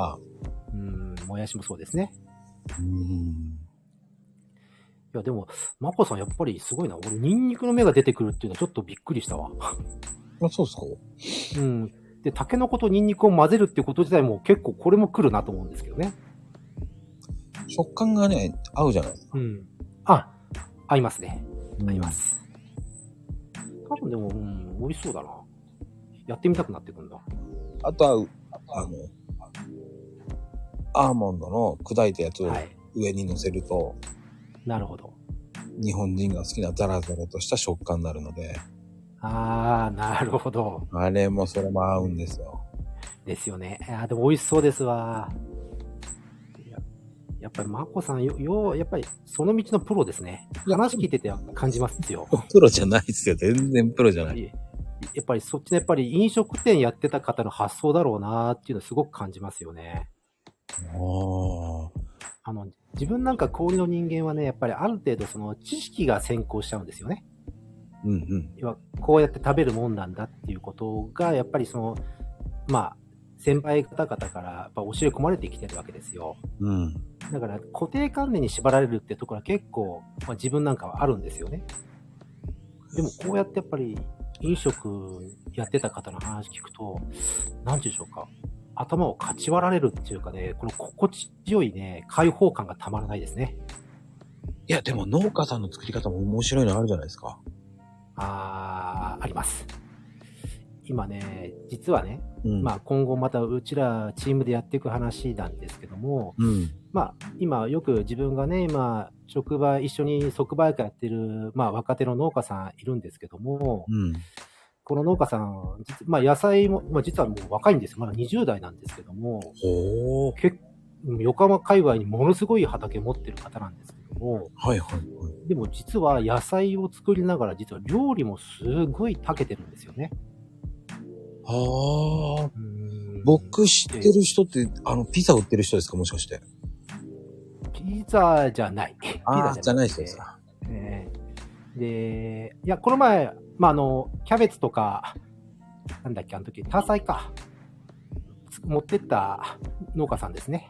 うん、もやしもそうですね。 うん。 や、でも、マコさんやっぱりすごいな。俺、ニンニクの芽が出てくるっていうのはちょっとびっくりしたわ。 あ、そうですか？ うん。で、タケノコとニンニクを混ぜるっていうこと自体も結構これも来るなと思うんですけどね。 食感がね、合うじゃないですか。 うん。あ、合いますね。合います。多分でも、うん、美味しそうだな。やってみたくなってくるんだ。 あとは、あの、アーモンドの砕いたやつを上に乗せると、はい、 なるほど。 日本人が好きなザラザラとした食感になるので。 あー、なるほど。 あれもそれも合うんですよ。 ですよね。あー、でも美味しそうですわ。や, やっぱりマコさんよ、よ、やっぱりその道のプロですね。話聞いてて感じますよ。 プロじゃないですよ。全然プロじゃない。 やっぱりそっちのやっぱり飲食店やってた方の発想だろうなーっていうのをすごく感じますよね。 ああの、自分なんか氷の人間はね、やっぱりある程度その知識が先行しちゃうんですよね。 うんうん。 要は、こうやって食べるもんなんだっていうことが、やっぱりその、まあ、先輩方々からやっぱ教え込まれてきてるわけですよ。 うん。 だから固定観念に縛られるってところは結構、まあ、自分なんかはあるんですよね。でもこうやってやっぱり飲食やってた方の話聞くと、なんていうんでしょうか。頭をかち割られるっていうかね、この心地よいね、開放感がたまらないですね。 いや、でも農家さんの作り方も面白いのあるじゃないですか。 あー、あります。今ね、実はね、 うん、 まあ今後またうちらチームでやっていく話なんですけども、 うん、 まあ今よく自分がね、今職場一緒に即売会やってる、まあ若手の農家さんいるんですけども、 うん、 この農家さん、まあ野菜も、まあ実はもう若いんですよ。まだにじゅう代なんですけども、 ほー。 結横浜界隈にものすごい畑持ってる方なんですけども、 はいはいはい。 でも実は野菜を作りながら実は料理もすごい長けてるんですよね。 はあ。僕知ってる人って、あの、ピザ売ってる人ですか、もしかして。 ピザじゃない。ピザじゃない人ですか。 えー、で、いや、この前、まあ、あの、キャベツとか、なんだっけ、あの時、ターサイか。持ってった農家さんですね。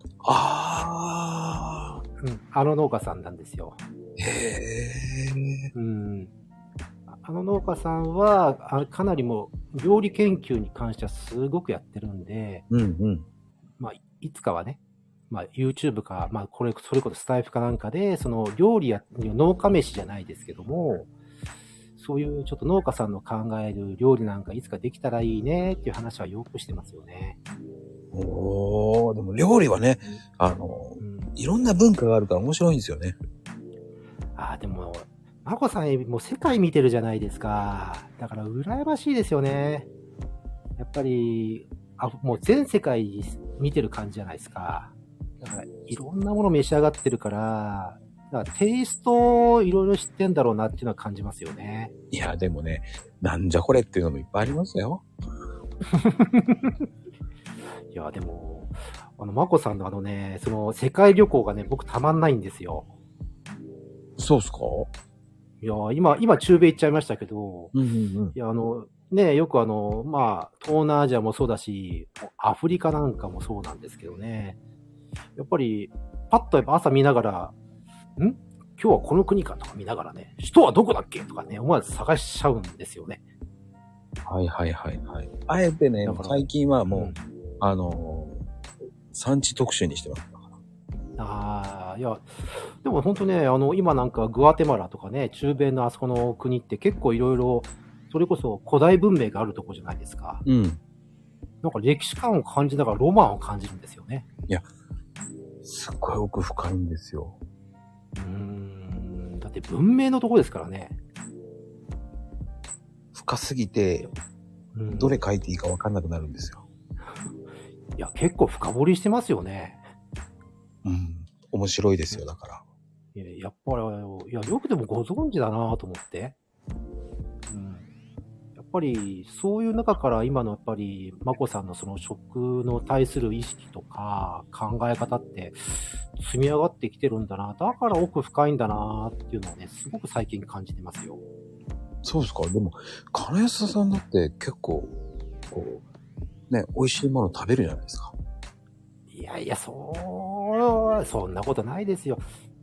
ああ。 うん、あの農家さんなんですよ。 へえ。 うん。あの農家さんは、かなりもう、料理研究に関してはすごくやってるんで、 うんうん。 まあ、いつかはね、まあ、YouTube か、まあ、これ、それこそスタイフかなんかで、その、料理や、農家飯じゃないですけども、そういうちょっと農家さんの考える料理なんかいつかできたらいいねっていう話はよくしてますよね。 おー、でも料理はね、あの、うん、いろんな文化があるから面白いんですよね。 ああ、でも、まこさんもう世界見てるじゃないですか。だから羨ましいですよね。やっぱり、あ、もう全世界見てる感じじゃないですか。だからいろんなもの召し上がってるから、だからテイストをいろいろ知ってんだろうなっていうのは感じますよね。 いや、でもね、なんじゃこれっていうのもいっぱいありますよ。 いや、でも、あの、まこさんのあのね、その世界旅行がね、僕たまんないんですよ。 そうっすか？ いや、今、今中米行っちゃいましたけど、 うんうんうん、 いや、あの、ね、よくあの、まあ、東南アジアもそうだし、アフリカなんかもそうなんですけどね。やっぱり、パッとやっぱ朝見ながら、ん今日はこの国かとか見ながらね、首都はどこだっけとかね、思わず探しちゃうんですよね。 はいはいはいはい。あえてね、最近はもう、うん、あの、産地特集にしてます。 ああ、いや、でも本当ね、あの、今なんかグアテマラとかね、中米のあそこの国って結構いろいろ、それこそ古代文明があるとこじゃないですか。 うん。 なんか歴史観を感じながらロマンを感じるんですよね。 いや、すっごい奥深いんですよ。 うーん、だって文明のとこですからね。 深すぎて、うん、どれ書いていいか分かんなくなるんですよ。 いや、結構深掘りしてますよね。 うん。面白いですよ、だから。 いや、やっぱり、いや、よくでもご存知だなと思って。うん。やっぱり、そういう中から今のやっぱり、まこさんのその食の対する意識とか考え方って積み上がってきてるんだな。だから奥深いんだなっていうのをね、すごく最近感じてますよ。 そうですか。でも、金安さんだって結構、こう、ね、美味しいもの食べるじゃないですか。 いやいや、そう、そんなことないですよ。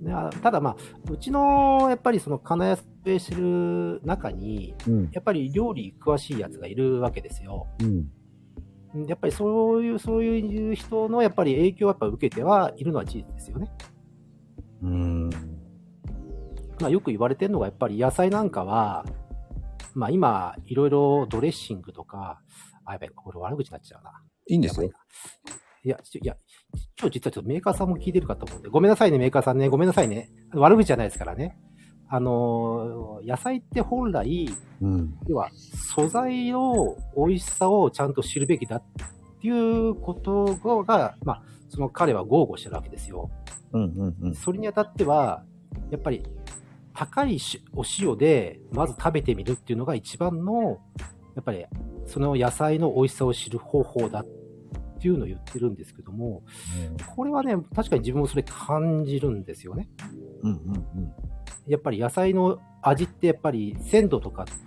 ただまあ、うちの、やっぱりその金谷スしてる中に、うん、やっぱり料理詳しいやつがいるわけですよ。うん、やっぱりそういう、そういう人のやっぱり影響をやっぱ受けてはいるのは事実ですよね。 うん。 まあよく言われてるのがやっぱり野菜なんかは、まあ今、いろいろドレッシングとか、あ、やばい、これ悪口になっちゃうな。 いいんですよ。 いや、いや、今日実はちょっとメーカーさんも聞いてるかと思うんで、ごめんなさいね、メーカーさんね、ごめんなさいね。悪口じゃないですからね。あのー、野菜って本来、うん、要は素材の美味しさをちゃんと知るべきだっていうことが、まあ、その彼は豪語してるわけですよ。 うんうんうん、 それにあたっては、やっぱり高いお塩でまず食べてみるっていうのが一番の、やっぱりその野菜の美味しさを知る方法だっていうのを言ってるんですけども、うん、これはね、確かに自分もそれ感じるんですよね。 うんうんうん、 やっぱり野菜の味ってやっぱり鮮度とかって、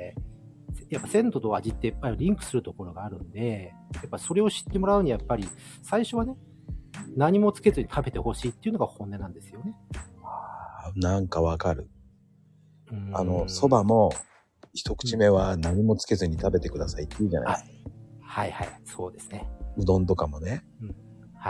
やっぱ鮮度と味ってやっぱりリンクするところがあるんで、やっぱそれを知ってもらうにはやっぱり最初はね、何もつけずに食べてほしいっていうのが本音なんですよね。 なんかわかる。あの、蕎麦も一口目は何もつけずに食べてくださいって言うじゃないですか。 はいはい、そうですね。 うどんとかもね。 うん、はい。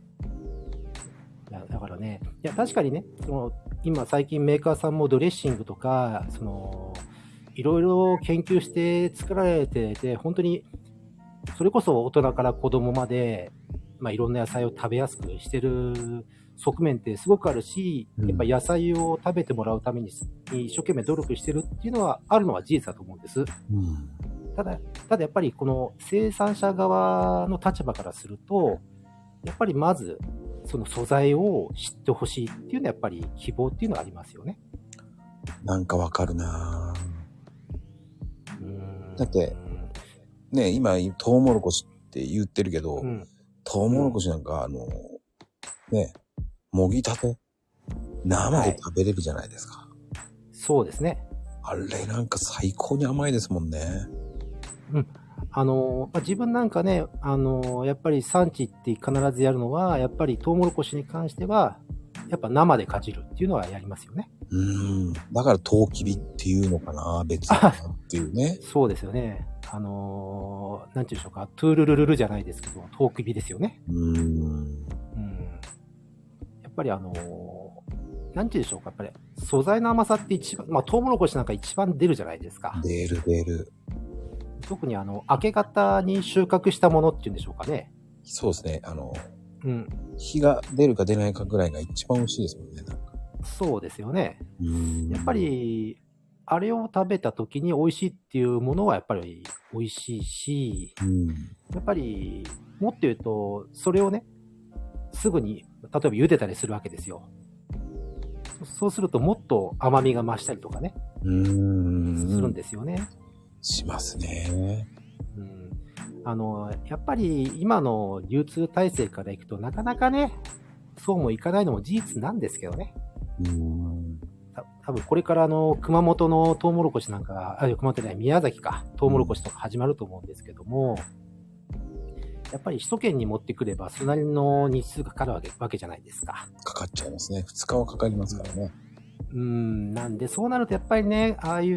だからね、いや確かにね、その今最近メーカーさんもドレッシングとか、そのいろいろ研究して作られてて、本当にそれこそ大人から子供まで、まあいろんな野菜を食べやすくしてる側面ってすごくあるし、やっぱ野菜を食べてもらうために一生懸命努力してるっていうのはあるのは事実だと思うんです。うん、ただ、ただやっぱりこの生産者側の立場からすると、やっぱりまずその素材を知ってほしいっていうのはやっぱり希望っていうのはありますよね。 なんかわかるなぁ。うーんだって、ね、今、トウモロコシって言ってるけど、うん、トウモロコシなんか、あの、ね、もぎたて生で食べれるじゃないですか、はい。 そうですね。 あれなんか最高に甘いですもんね。 うん。あの、まあ、自分なんかね、あの、やっぱり産地って必ずやるのは、やっぱりトウモロコシに関しては、やっぱ生でかじるっていうのはやりますよね。 うーん。だからトウキビっていうのかな、別にっていうね。 そうですよね。あのー、なんていうんでしょうか、トゥールルルルじゃないですけど、トウキビですよね。 うーん。うん。 やっぱりあのー、なんていうんでしょうか、やっぱり素材の甘さって一番、まあトウモロコシなんか一番出るじゃないですか。 出る出る。 特にあの、明け方に収穫したものっていうんでしょうかね。 そうですね。あの、 うん。 日が出るか出ないかぐらいが一番美味しいですもんね。なんかそうですよね。やっぱり、あれを食べた時に美味しいっていうものはやっぱり美味しいし、うん、やっぱり、もっと言うと、それをね、すぐに、例えば茹でたりするわけですよ。そうするともっと甘みが増したりとかね。うーん。するんですよね。 しますね。 うん。あの、やっぱり今の流通体制からいくとなかなかね、そうもいかないのも事実なんですけどね。うーん。た多分これからあの、熊本のトウモロコシなんか、あ、熊本じゃない、宮崎か、トウモロコシとか始まると思うんですけども、やっぱり首都圏に持ってくれば、それなりの日数がかかるわけ、わけじゃないですか。 かかっちゃいますね。ふつかはかかりますからね。 うーん、なんで、そうなるとやっぱりね、ああいう、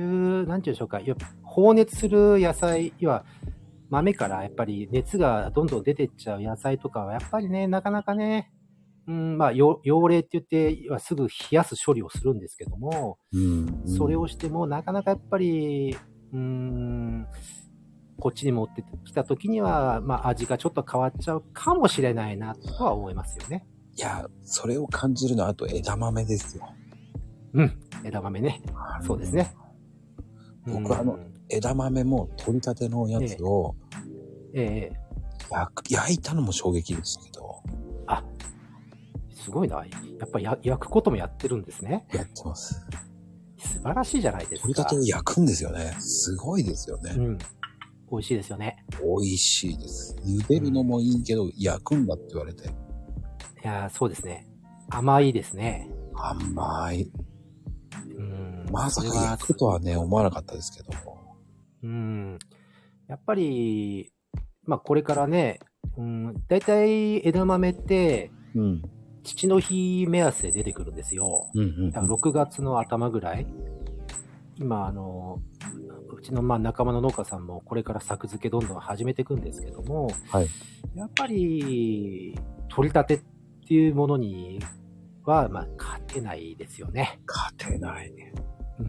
なんていうんでしょうか、放熱する野菜、要は、豆からやっぱり熱がどんどん出てっちゃう野菜とかは、やっぱりね、なかなかね、うん、まあ、養冷って言って、すぐ冷やす処理をするんですけども、うんうん、それをしても、なかなかやっぱり、うーん、こっちに持ってきた時には、まあ、味がちょっと変わっちゃうかもしれないな、とは思いますよね。 いや、それを感じるのは、あと枝豆ですよ。 うん、枝豆ね。そうですね。 僕はあの、枝豆も取り立てのやつを、 ええ、 焼く、焼いたのも衝撃ですけど。 あ、すごいな。やっぱり焼くこともやってるんですね。 やってます。 素晴らしいじゃないですか。 取り立てを焼くんですよね。すごいですよね。うん。 美味しいですよね。 美味しいです。茹でるのもいいけど、うん、焼くんだって言われて。いやー、そうですね。甘いですね。 甘い。うん。まさか焼くとはね、思わなかったですけど。 うん。やっぱり、まあこれからね、うん、だいたい枝豆って、うん、 父の日目安で出てくるんですよ。 うんうんうん、 だからろくがつの頭ぐらい。今、あの、うちのまあ仲間の農家さんもこれから作付けどんどん始めていくんですけども、 はい、 やっぱり、取り立てっていうものには、まあ、勝てないですよね。 勝てないね。 うん。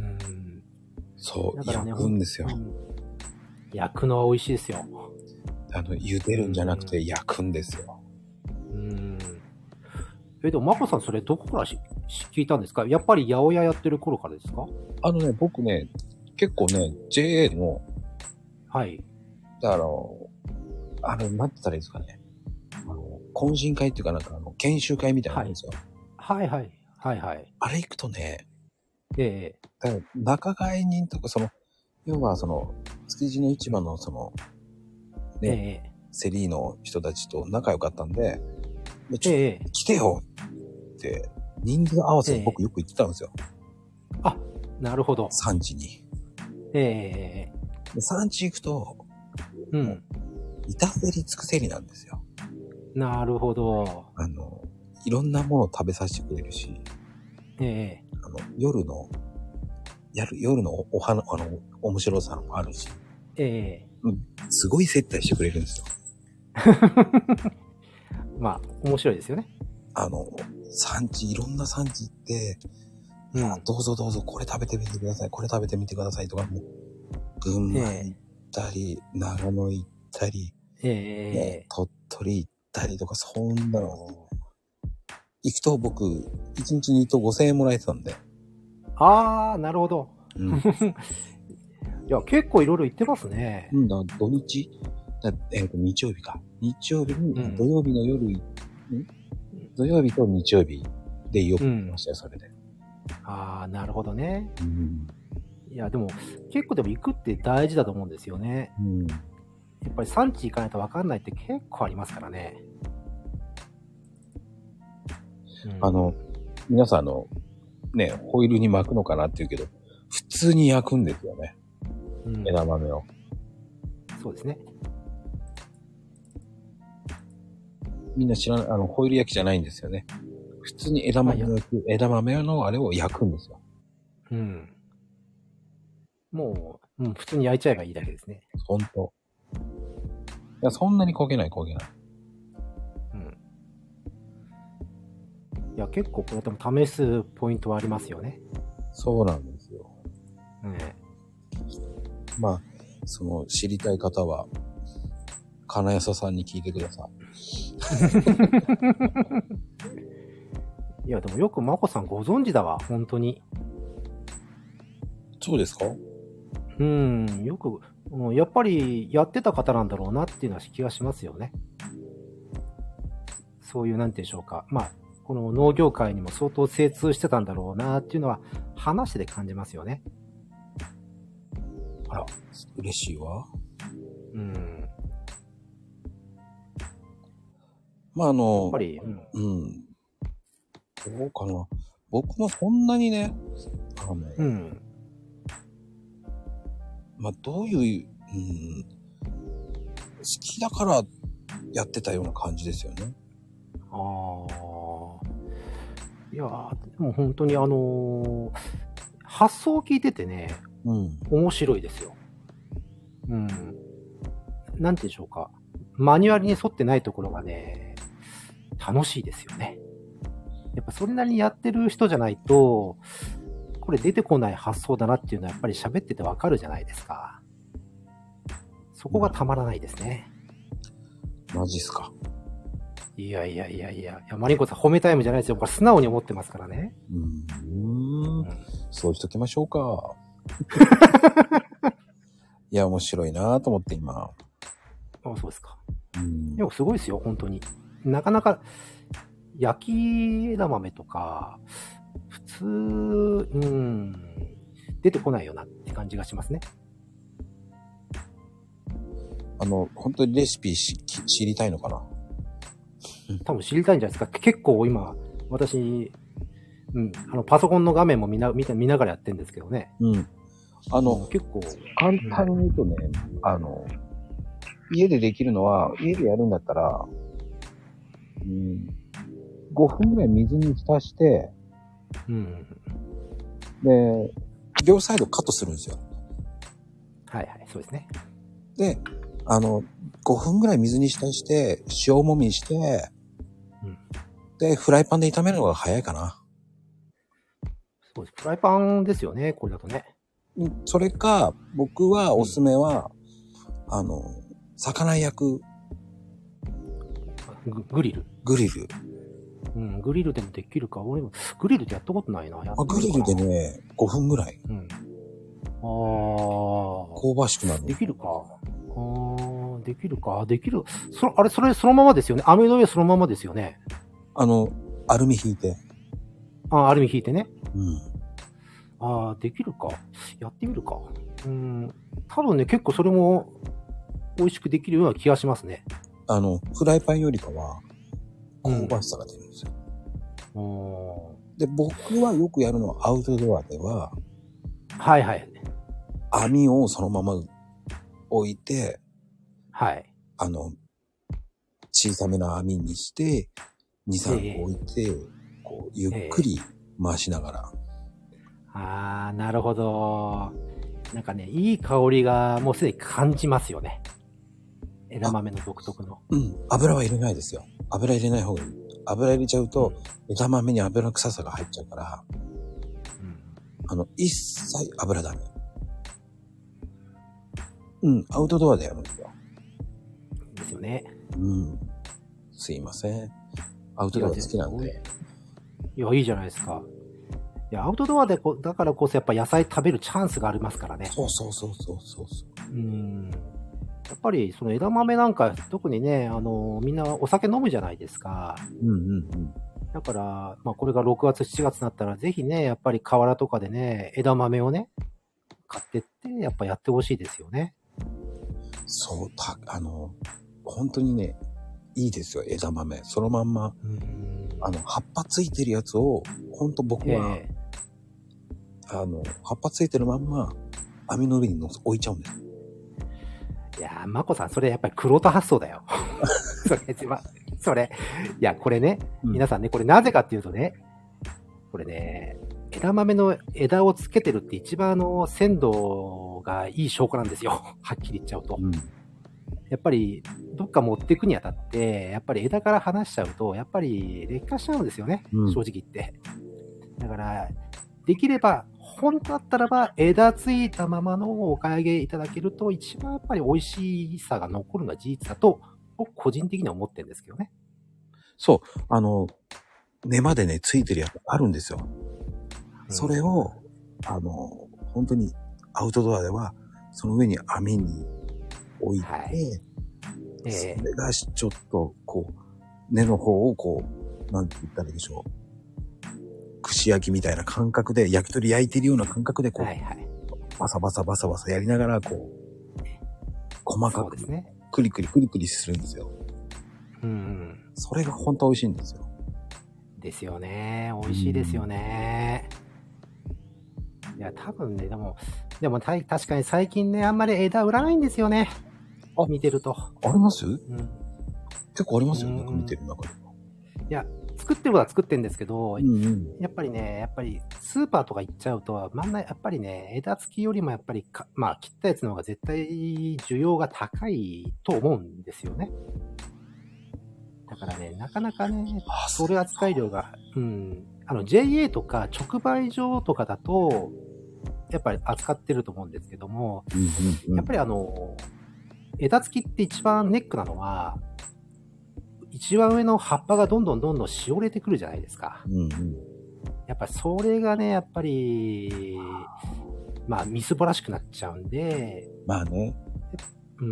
そう、 だからね、 焼くんですよ、うん。 焼くのは美味しいですよ。 あの、茹でるんじゃなくて焼くんですよ。 うん。え、でも、まこさんそれどこからし聞いたんですか？やっぱり八百屋やってる頃からですか？ あのね、僕ね、結構ね、ジェーエー の、 はい。 あの、あの、なんて言ったらいいですかね。あの、懇親会っていうかなんかあの、研修会みたいなんですよ。 はい、はい、はい、はい。 あれ行くとね、 ええだから仲買人とか、その、要はその、築地の市場のその、ね、ええ、セリーの人たちと仲良かったんで、ちょっと、ええ、来てよって、人数合わせで僕よく行ってたんですよ。ええ、あ、なるほど。 産地に。 ええ。 産地行くと、 うん。 板せりつくせりなんですよ。 なるほど。 あの、いろんなものを食べさせてくれるし、 ええ。 あの、夜の、やる、夜のお花、あの、面白さもあるし、 ええ。 うん、すごい接待してくれるんですよ。 まあ、面白いですよね。 あの、産地、いろんな産地行って、うん、どうぞどうぞ、これ食べてみてください、これ食べてみてくださいとか、もう、群馬行ったり、えー、長野行ったり、 えーね、鳥取行ったりとか、そんなの、行くと僕、いちにちに行くとごせんえんもらえてたんで。 あー、なるほど。うん、いや、結構いろいろ行ってますね。 うんだ、土日だ、えっと、日曜日か。日曜日に、うん、土曜日の夜、ん土曜日と日曜日でよく行きましたよ、うん、それで。 あー、なるほどね。 うん、 いや、でも、結構でも行くって大事だと思うんですよね。うん、やっぱり産地行かないと分かんないって結構ありますからね。 うん、あの、皆さんあの、ね、ホイルに巻くのかなって言うけど、普通に焼くんですよね。うん、枝豆を。 そうですね。 みんな知らない、あの、ホイル焼きじゃないんですよね。普通に枝豆を焼く、枝豆のあれを焼くんですよ。 うん。もう、うん、普通に焼いちゃえばいいだけですね。 ほんと。いや、そんなに焦げない焦げない。 うん。いや、結構これでも試すポイントはありますよね。 そうなんですよ。 ね、 まあ、その、知りたい方は、金安さんに聞いてください。 いや、でもよくまこさんご存知だわ、本当に。 そうですか？ うん、よく、うん、やっぱりやってた方なんだろうなっていうのは気がしますよね。そういう、なんていうんでしょうか。まあ、この農業界にも相当精通してたんだろうなっていうのは、話で感じますよね。 あら、嬉しいわ。 うん。 まあ、あの、 やっぱり、うん。 うん。どうかな。僕もそんなにね、あの、 うん。 まあ、どういう、うん、好きだからやってたような感じですよね。 ああ。いやー、でも本当にあのー、発想を聞いててね、うん、面白いですよ。うん。なんて言うんでしょうか。マニュアルに沿ってないところがね、楽しいですよね。やっぱそれなりにやってる人じゃないと、これ出てこない発想だなっていうのはやっぱり喋っててわかるじゃないですか。そこがたまらないですね。 マジっすか。 いやいやいやいや、いやマリンコさん褒めタイムじゃないですよ。僕は素直に思ってますからね。 うーん、うん、そうしときましょうか。いや、面白いなと思って今。あ、 そうですか。うん、でもすごいですよ、本当に。なかなか、焼き枝豆とか、普通、うん、出てこないよなって感じがしますね。 あの、本当にレシピし知りたいのかな？ 多分知りたいんじゃないですか。結構今、私、うん、あの、パソコンの画面も見な、見て、見ながらやってるんですけどね。 うん。あの、 うん、結構。 簡単に言うとね、うん、あの、家でできるのは、家でやるんだったら、うん、 ごふんぐらい水に浸して、 うん。 で、両サイドカットするんですよ。 はいはい、そうですね。 で、あの、ごふんぐらい水に浸して、塩もみして、うん、で、フライパンで炒めるのが早いかな。 そうです。フライパンですよね、これだとね。 それか、僕はおすすめは、うん、あの、魚焼く。 グリル。 グリル。 うん、グリルでもできるか。俺も、グリルってやったことないな。やあ、グリルでね、ごふんぐらい。うん。 ああ。 香ばしくなる。 できるか。ああ、できるか。できる。そ、あれ、それ、そのままですよね。網の上そのままですよね。 あの、アルミ引いて。 あ、アルミ引いてね。 うん。 ああ、できるか。やってみるか。うん。多分ね、結構それも、美味しくできるような気がしますね。 あの、フライパンよりかは、香ばしさが出るんですよ。うん、で、僕はよくやるのはアウトドアでは、 はいはい。 網をそのまま置いて、 はい。 あの、小さめの網にして、に、さんこ置いて、えー、こう、ゆっくり回しながら。 えー、あー、なるほど。なんかね、いい香りがもうすでに感じますよね。枝豆の独特の。 うん。油は入れないですよ。油入れない方がいい。油入れちゃうと、うん、枝豆に油臭さが入っちゃうから、うん、あの、一切油ダメ。うん、アウトドアでやるんですよ。 ですよね。 うん。すいません。アウトドア好きなんで。 いや、いいじゃないですか。いや、アウトドアでこ、だからこそやっぱ野菜食べるチャンスがありますからね。 そうそうそうそうそうそう。 うん。やっぱりその枝豆なんか特にね、あの、みんなお酒飲むじゃないですか。 うんうんうん。 だから、まあこれがろくがつ、しちがつになったらぜひね、やっぱり河原とかでね、枝豆をね、買ってって、やっぱやってほしいですよね。 そう、た、あの、本当にね、いいですよ、枝豆。そのまんま、うんあの、葉っぱついてるやつを、ほんと僕は、えー、あの、葉っぱついてるまんま、網の上にの置いちゃうんです。 いやー、まこさん、それやっぱり黒田発想だよ。それ一番、それ。いや、これね、うん、皆さんね、これなぜかっていうとね、これね、枝豆の枝をつけてるって一番あの、鮮度がいい証拠なんですよ。はっきり言っちゃうと。うん、やっぱり、どっか持っていくにあたって、やっぱり枝から離しちゃうと、やっぱり劣化しちゃうんですよね。うん、正直言って。だから、できれば、本当だったらば、枝ついたままのお買い上げいただけると、一番やっぱり美味しさが残るのは事実だと、僕個人的には思ってるんですけどね。 そう。あの、根までね、ついてるやつあるんですよ。うん、それを、あの、本当にアウトドアでは、その上に網に置いて、はいえー、それがちょっと、こう、根の方をこう、なんて言ったらいいでしょう。串焼きみたいな感覚で、焼き鳥焼いてるような感覚で、こう、はいはい、バサバサバサバサやりながら、こう、細かく、ね、クリクリクリクリするんですよ。うん。それが本当美味しいんですよ。 ですよね。美味しいですよね。いや、多分ね、でも、でもた確かに最近ね、あんまり枝売らないんですよね。あ、見てると。 あります？うん。結構ありますよ、なんか見てる中で。 いや、作ってるは作ってるんですけど、うんうん、やっぱりね、やっぱりスーパーとか行っちゃうと、まんなやっぱりね、枝付きよりもやっぱりか、まあ切ったやつの方が絶対需要が高いと思うんですよね。だからね、なかなかね、取り扱い量が、うん、あの ジェイエー とか直売所とかだと、やっぱり扱ってると思うんですけども、うんうんうん、やっぱりあの、枝付きって一番ネックなのは、一番上の葉っぱがどんどんどんどんしおれてくるじゃないですか。うんうん、やっぱりそれがね、やっぱり、まあ、みすぼらしくなっちゃうんで。 まあね。 うん。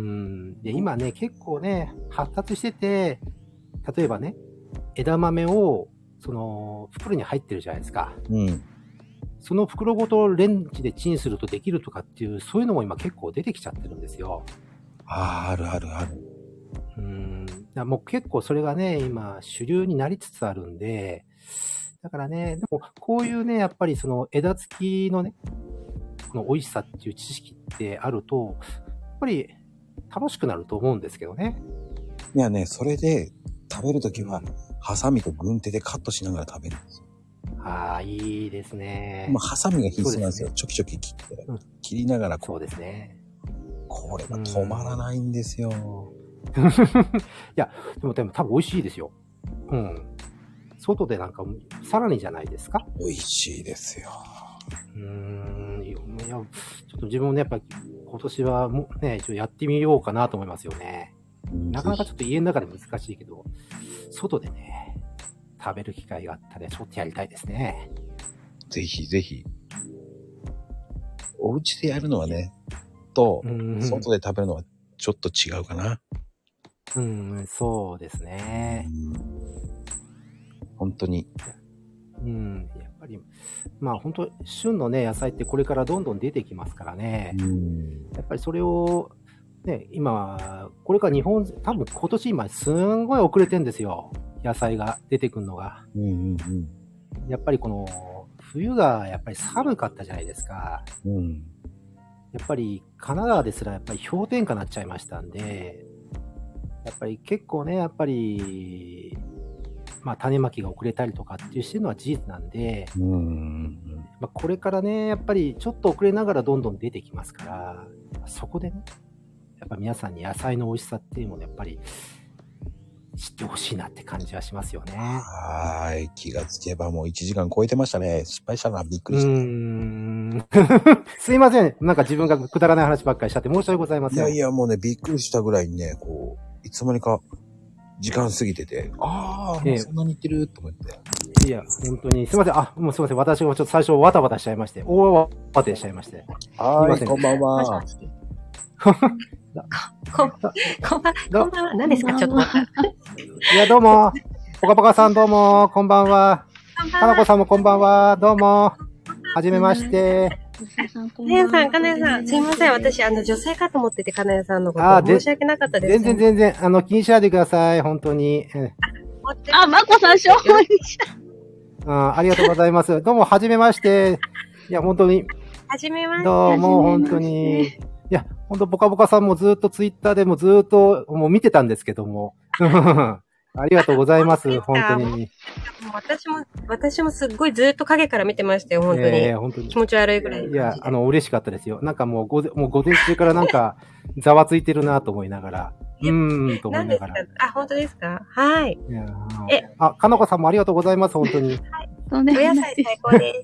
で、今ね、結構ね、発達してて、例えばね、枝豆を、その、袋に入ってるじゃないですか。うん。その袋ごとレンジでチンするとできるとかっていう、そういうのも今結構出てきちゃってるんですよ。 ああ、あるあるある。 うん。だもう結構それがね、今主流になりつつあるんで、だからね、でもこういうね、やっぱりその枝付きのね、この美味しさっていう知識ってあると、やっぱり楽しくなると思うんですけどね。 いやね、それで食べるときはハサミと軍手でカットしながら食べるんですよ。 ああ、いいですね。 まあ、ハサミが必須なんですよ。すね、ちょきちょき切って、うん、切りながらこう。 そうですね。 これが止まらないんですよ。 いや、でもでも多分美味しいですよ。うん。外でなんか、さらにじゃないですか？ 美味しいですよ。 うーん。いや、ちょっと自分もね、やっぱり今年はもうね、ちょっとやってみようかなと思いますよね。なかなかちょっと家の中で難しいけど、外でね、食べる機会があったらちょっとやりたいですね。 ぜひぜひ。お家でやるのはね、と、外で食べるのはちょっと違うかな。 うん、そうですね。 本当に。 うん、やっぱり、まあ本当、旬のね、野菜ってこれからどんどん出てきますからね。うん、やっぱりそれを、ね、今、これから日本、多分今年今すんごい遅れてんですよ。野菜が出てくるのが。うんうんうん、やっぱりこの、冬がやっぱり寒かったじゃないですか。うん、やっぱり神奈川ですらやっぱり氷点下になっちゃいましたんで、やっぱり結構ね、やっぱり、まあ種まきが遅れたりとかっていうしてるのは事実なんで、うん、まあ、これからね、やっぱりちょっと遅れながらどんどん出てきますから、そこでね、やっぱ皆さんに野菜の美味しさっていうものをやっぱり知ってほしいなって感じはしますよね。 はーい。気がつけばもういちじかん超えてましたね。失敗したな。びっくりした。うーんすいません。なんか自分がくだらない話ばっかりしちゃって申し訳ございません。 いやいや、もうね、びっくりしたぐらいにね、こう、いつの間にか時間過ぎてて、ああ、もうそんなにいってると思って。 いや、本当に。すいません。あ、もうすいません。私もちょっと最初わたわたしちゃいまして。大わたしちゃいまして。 はい、こんばんは。 こ、こんばんは。こんばんは。何ですかちょっと待って。 いや、どうも。ぽかぽかさんどうも。こんばんは。かなこさんもこんばんは。どうも。はじめまして。 かなやさん、かなやさん。すいません。私、あの、女性かと思ってて、かなやさんのこと。申し訳なかったです。 全然全然、あの、気にしないでください。本当に。 あ、まこさん、勝利した。 あ、ありがとうございます。どうも、はじめまして。いや、本当に。 はじめまして。 どうも、本当に。いや、ほんと、ぽかぽかさんもずっとツイッターでもずっともう見てたんですけども。ありがとうございます、本当に。 私も、私もすっごいずっと影から見てましたよ、本当に。えー、本当に気持ち悪いぐらい。 いや、あの、嬉しかったですよ。なんかもう、ごもう午前中からなんか、ざわついてるなと思いながら。うーん、と思いながら。 あ、本当ですか？はい。いやえ、あ、かなこさんもありがとうございます、本当に。はい。 お野菜最高です。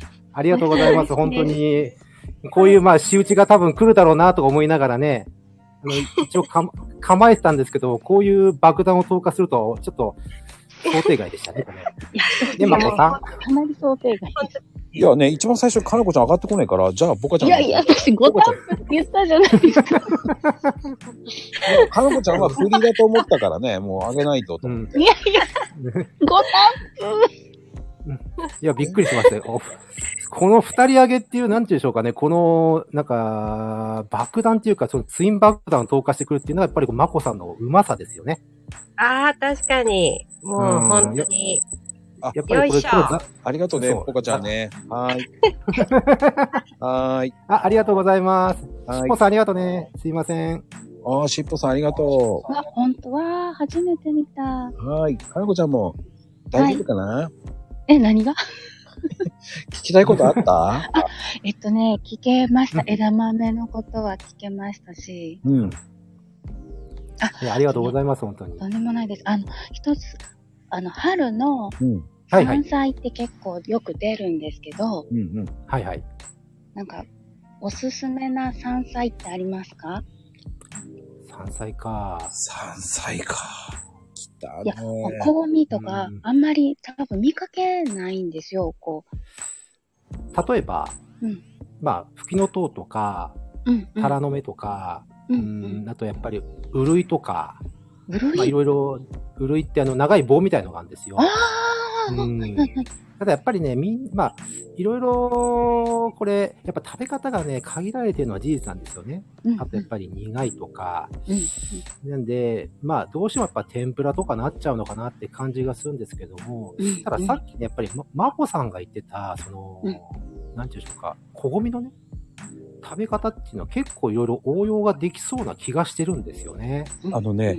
ありがとうございます、本当に。こういう、まあ、仕打ちが多分来るだろうなとか思いながらね、あの一応か構えてたんですけど、こういう爆弾を投下すると、ちょっと想定外でしたね、これ。ね、まこさん。 かなり想定外。 いやね、一番最初、かなこちゃん上がってこないから、じゃあ、ぼかちゃん。 いやいや、私ごタップって言ったじゃないですか。 かなこちゃんはフリーだと思ったからね、もう上げないとと思って。 いやいや、ごタップ。 いや、びっくりしましたよ。この二人上げっていう、なんていうんでしょうかね、この、なんか、爆弾っていうか、そのツイン爆弾を投下してくるっていうのは、やっぱりマコさんのうまさですよね。 ああ、確かに。もう、本当に。 やっぱりこれ、これありがとうね、ぽかちゃんね。はーい。はーい。 あ、ありがとうございます。しっぽさんありがとうね。すいません。 ああ、しっぽさんありがとう。あ、本当は、初めて見た。 はーい。かなこちゃんも、大丈夫かな、はい、 え、何が聞きたいことあったあ、えっとね、聞けました。枝豆のことは聞けましたし。 うん。あ、いや、ありがとうございます、本当に。 とんでもないです。あの、一つ、あの、春の、山菜って結構よく出るんですけど、 うんうん。はいはい。 なんか、おすすめな山菜ってありますか？ 山菜か。 山菜か。 いや、こごみとか、あんまり多分見かけないんですよ、こう。例えば、うん、まあ、フキノトウとか、うんうん、タラの芽とか、うんうん、あとやっぱり、ウルイとか、 ウルイ、 まあ、いろいろ、ウルイってあの、長い棒みたいのがあるんですよ。 ああ、うん、ただやっぱりね、みん、まあ、いろいろ、これ、やっぱ食べ方がね、限られてるのは事実なんですよね。うんうん、あとやっぱり苦いとか、うんうん、なんで、まあ、どうしてもやっぱ天ぷらとかなっちゃうのかなって感じがするんですけども、うんうん、たださっきね、やっぱりま、まこさんが言ってた、その、うん、なんていうんでしょうか、こごみのね、食べ方っていうのは結構いろいろ応用ができそうな気がしてるんですよね。 あのね、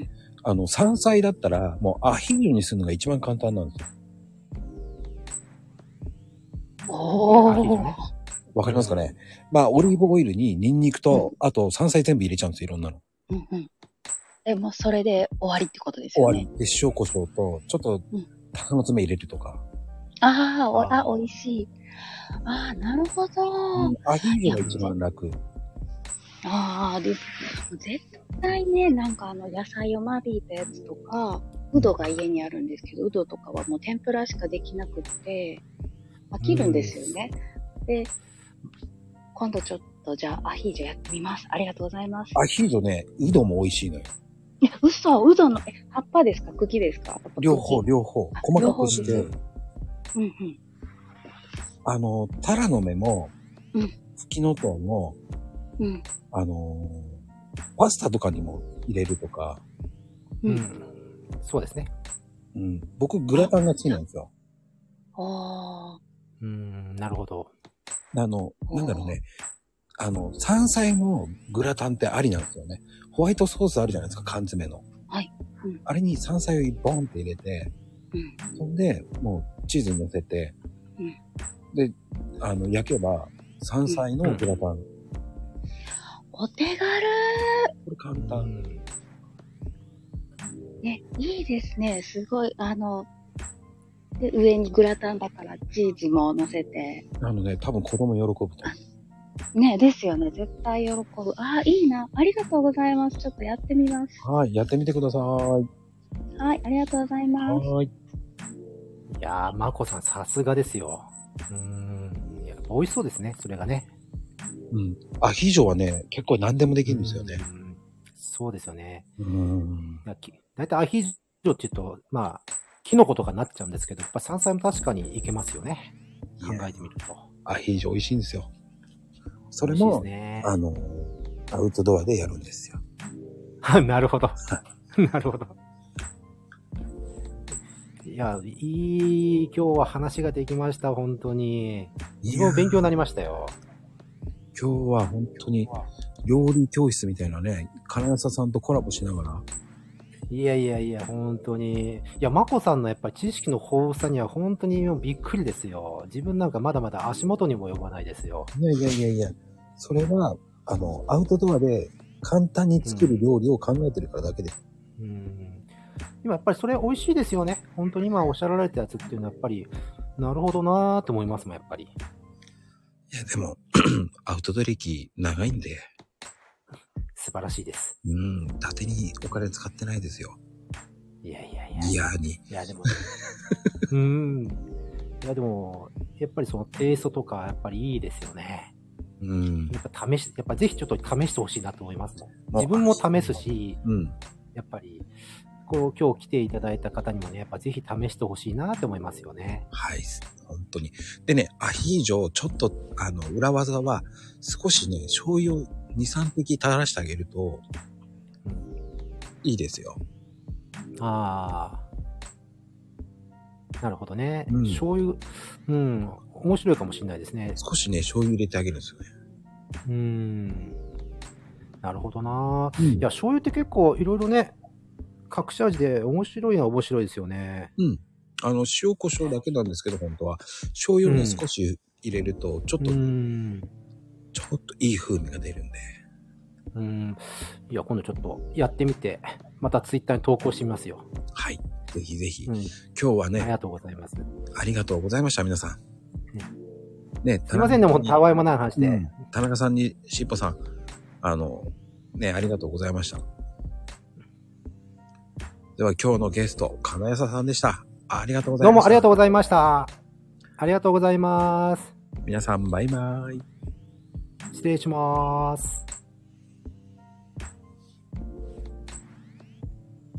あの、山菜だったら、もうアヒージョにするのが一番簡単なんですよ。 おー。 わかりますかね。まあ、オリーブオイルにニンニクと、うん、あと山菜全部入れちゃうんですよ、いろんなの。 うんうん。でもそれで終わりってことですよね。終わり。 で、塩コショウと、ちょっと、鷹の爪入れるとか。 うん、ああ、あ、美味しい。ああ、なるほど。うん、 アヒージョが一番楽。 ああ、で、絶対ね、なんかあの、野菜を間引いたやつとか、うどが家にあるんですけど、うどとかはもう天ぷらしかできなくって、飽きるんですよね。で、今度ちょっとじゃあアヒージョやってみます。ありがとうございます。 アヒージョね、うども美味しいのよ。 いや、嘘、うどの、え、葉っぱですか？茎ですか？ 両方、両方。細かくして。 うんうん。 あの、タラの芽も、 うん。 フキノトウも、 うん。 あの、パスタとかにも入れるとか。 うん。うん、そうですね。 うん。僕、グラタンが好きなんですよ。 ああ。 うん、なるほど。 あの、なんだろうね。あの、山菜のグラタンってありなんですよね。ホワイトソースあるじゃないですか、缶詰の。 はい。 うん、あれに山菜をボンって入れて、 うん、 そんで、もうチーズに乗せて、 うん、 で、あの、焼けば、山菜のグラタン。うんうん、 お手軽。 これ簡単。 ね、いいですね。すごい、あの、で、上にグラタンだからチーズも乗せて。 あのね、多分子供喜ぶと思う。ね、ですよね。絶対喜ぶ。ああ、いいな。ありがとうございます。ちょっとやってみます。 はい、やってみてください。 はい、ありがとうございます。 はい。 いやー、まこさんさすがですよ。うーん。いや、美味しそうですね、それがね。 うん。アヒージョはね、結構何でもできるんですよね。 うん、そうですよね。 うん。 だいたいアヒージョって言うと、まあ、キノコとかになっちゃうんですけど、やっぱ山菜も確かにいけますよね。考えてみると。 アヒージョ美味しいんですよ。それも、ね、あの、アウトドアでやるんですよ。 なるほど。なるほど。いや、いい、今日は話ができました、本当に。自分も勉強になりましたよ。 今日は本当に、料理教室みたいなね、金谷さんとコラボしながら。 いやいやいや、本当に。いや、まこさんのやっぱり知識の豊富さには本当にびっくりですよ。自分なんかまだまだ足元にも及ばないですよ。 いやいやいやいや、それは、あの、アウトドアで簡単に作る料理を考えてるからだけで。 うん。うん今やっぱりそれ美味しいですよね。本当に今おっしゃられたやつっていうのはやっぱり、なるほどなーって思いますもん、やっぱり。 いや、でも、アウトドア歴長いんで。 素晴らしいです。 うん、伊達にお金使ってないですよ。 いやいやいや。 ギアに。 いや、でも、うん。いや、でも、やっぱりそのテイストとかやっぱりいいですよね。 うん。 やっぱ試し、やっぱぜひちょっと試してほしいなと思いますもん。自分も試すし、 うん。 やっぱり、こう、今日来ていただいた方にもね、やっぱぜひ試してほしいなって思いますよね。 はい。本当に。でね、アヒージョ、ちょっと、あの、裏技は、少しね、醤油をに、さんぴき垂らしてあげると、うん、いいですよ。 ああ。なるほどね。 うん、 醤油、うん、面白いかもしれないですね。 少しね、醤油入れてあげるんですよね。 うーん。なるほどな、うん、いや、醤油って結構いろいろね、隠し味で面白いのは面白いですよね。 うん。あの、塩コショウだけなんですけど、本当は。醤油をね、うん、少し入れると、ちょっと、うん、ちょっといい風味が出るんで。 うん。いや、今度ちょっとやってみて、またツイッターに投稿してみますよ。 はい。ぜひぜひ。うん、今日はね。 ありがとうございます。 ありがとうございました、皆さん。ね。ね、 すいませんね、もうたわいもない話で。うん、 田中さんに、しっぽさん、あの、ね、ありがとうございました。では今日のゲスト、金谷さんでした。ありがとうございました。 どうもありがとうございました。ありがとうございます。 皆さん、バイバイ。 失礼します。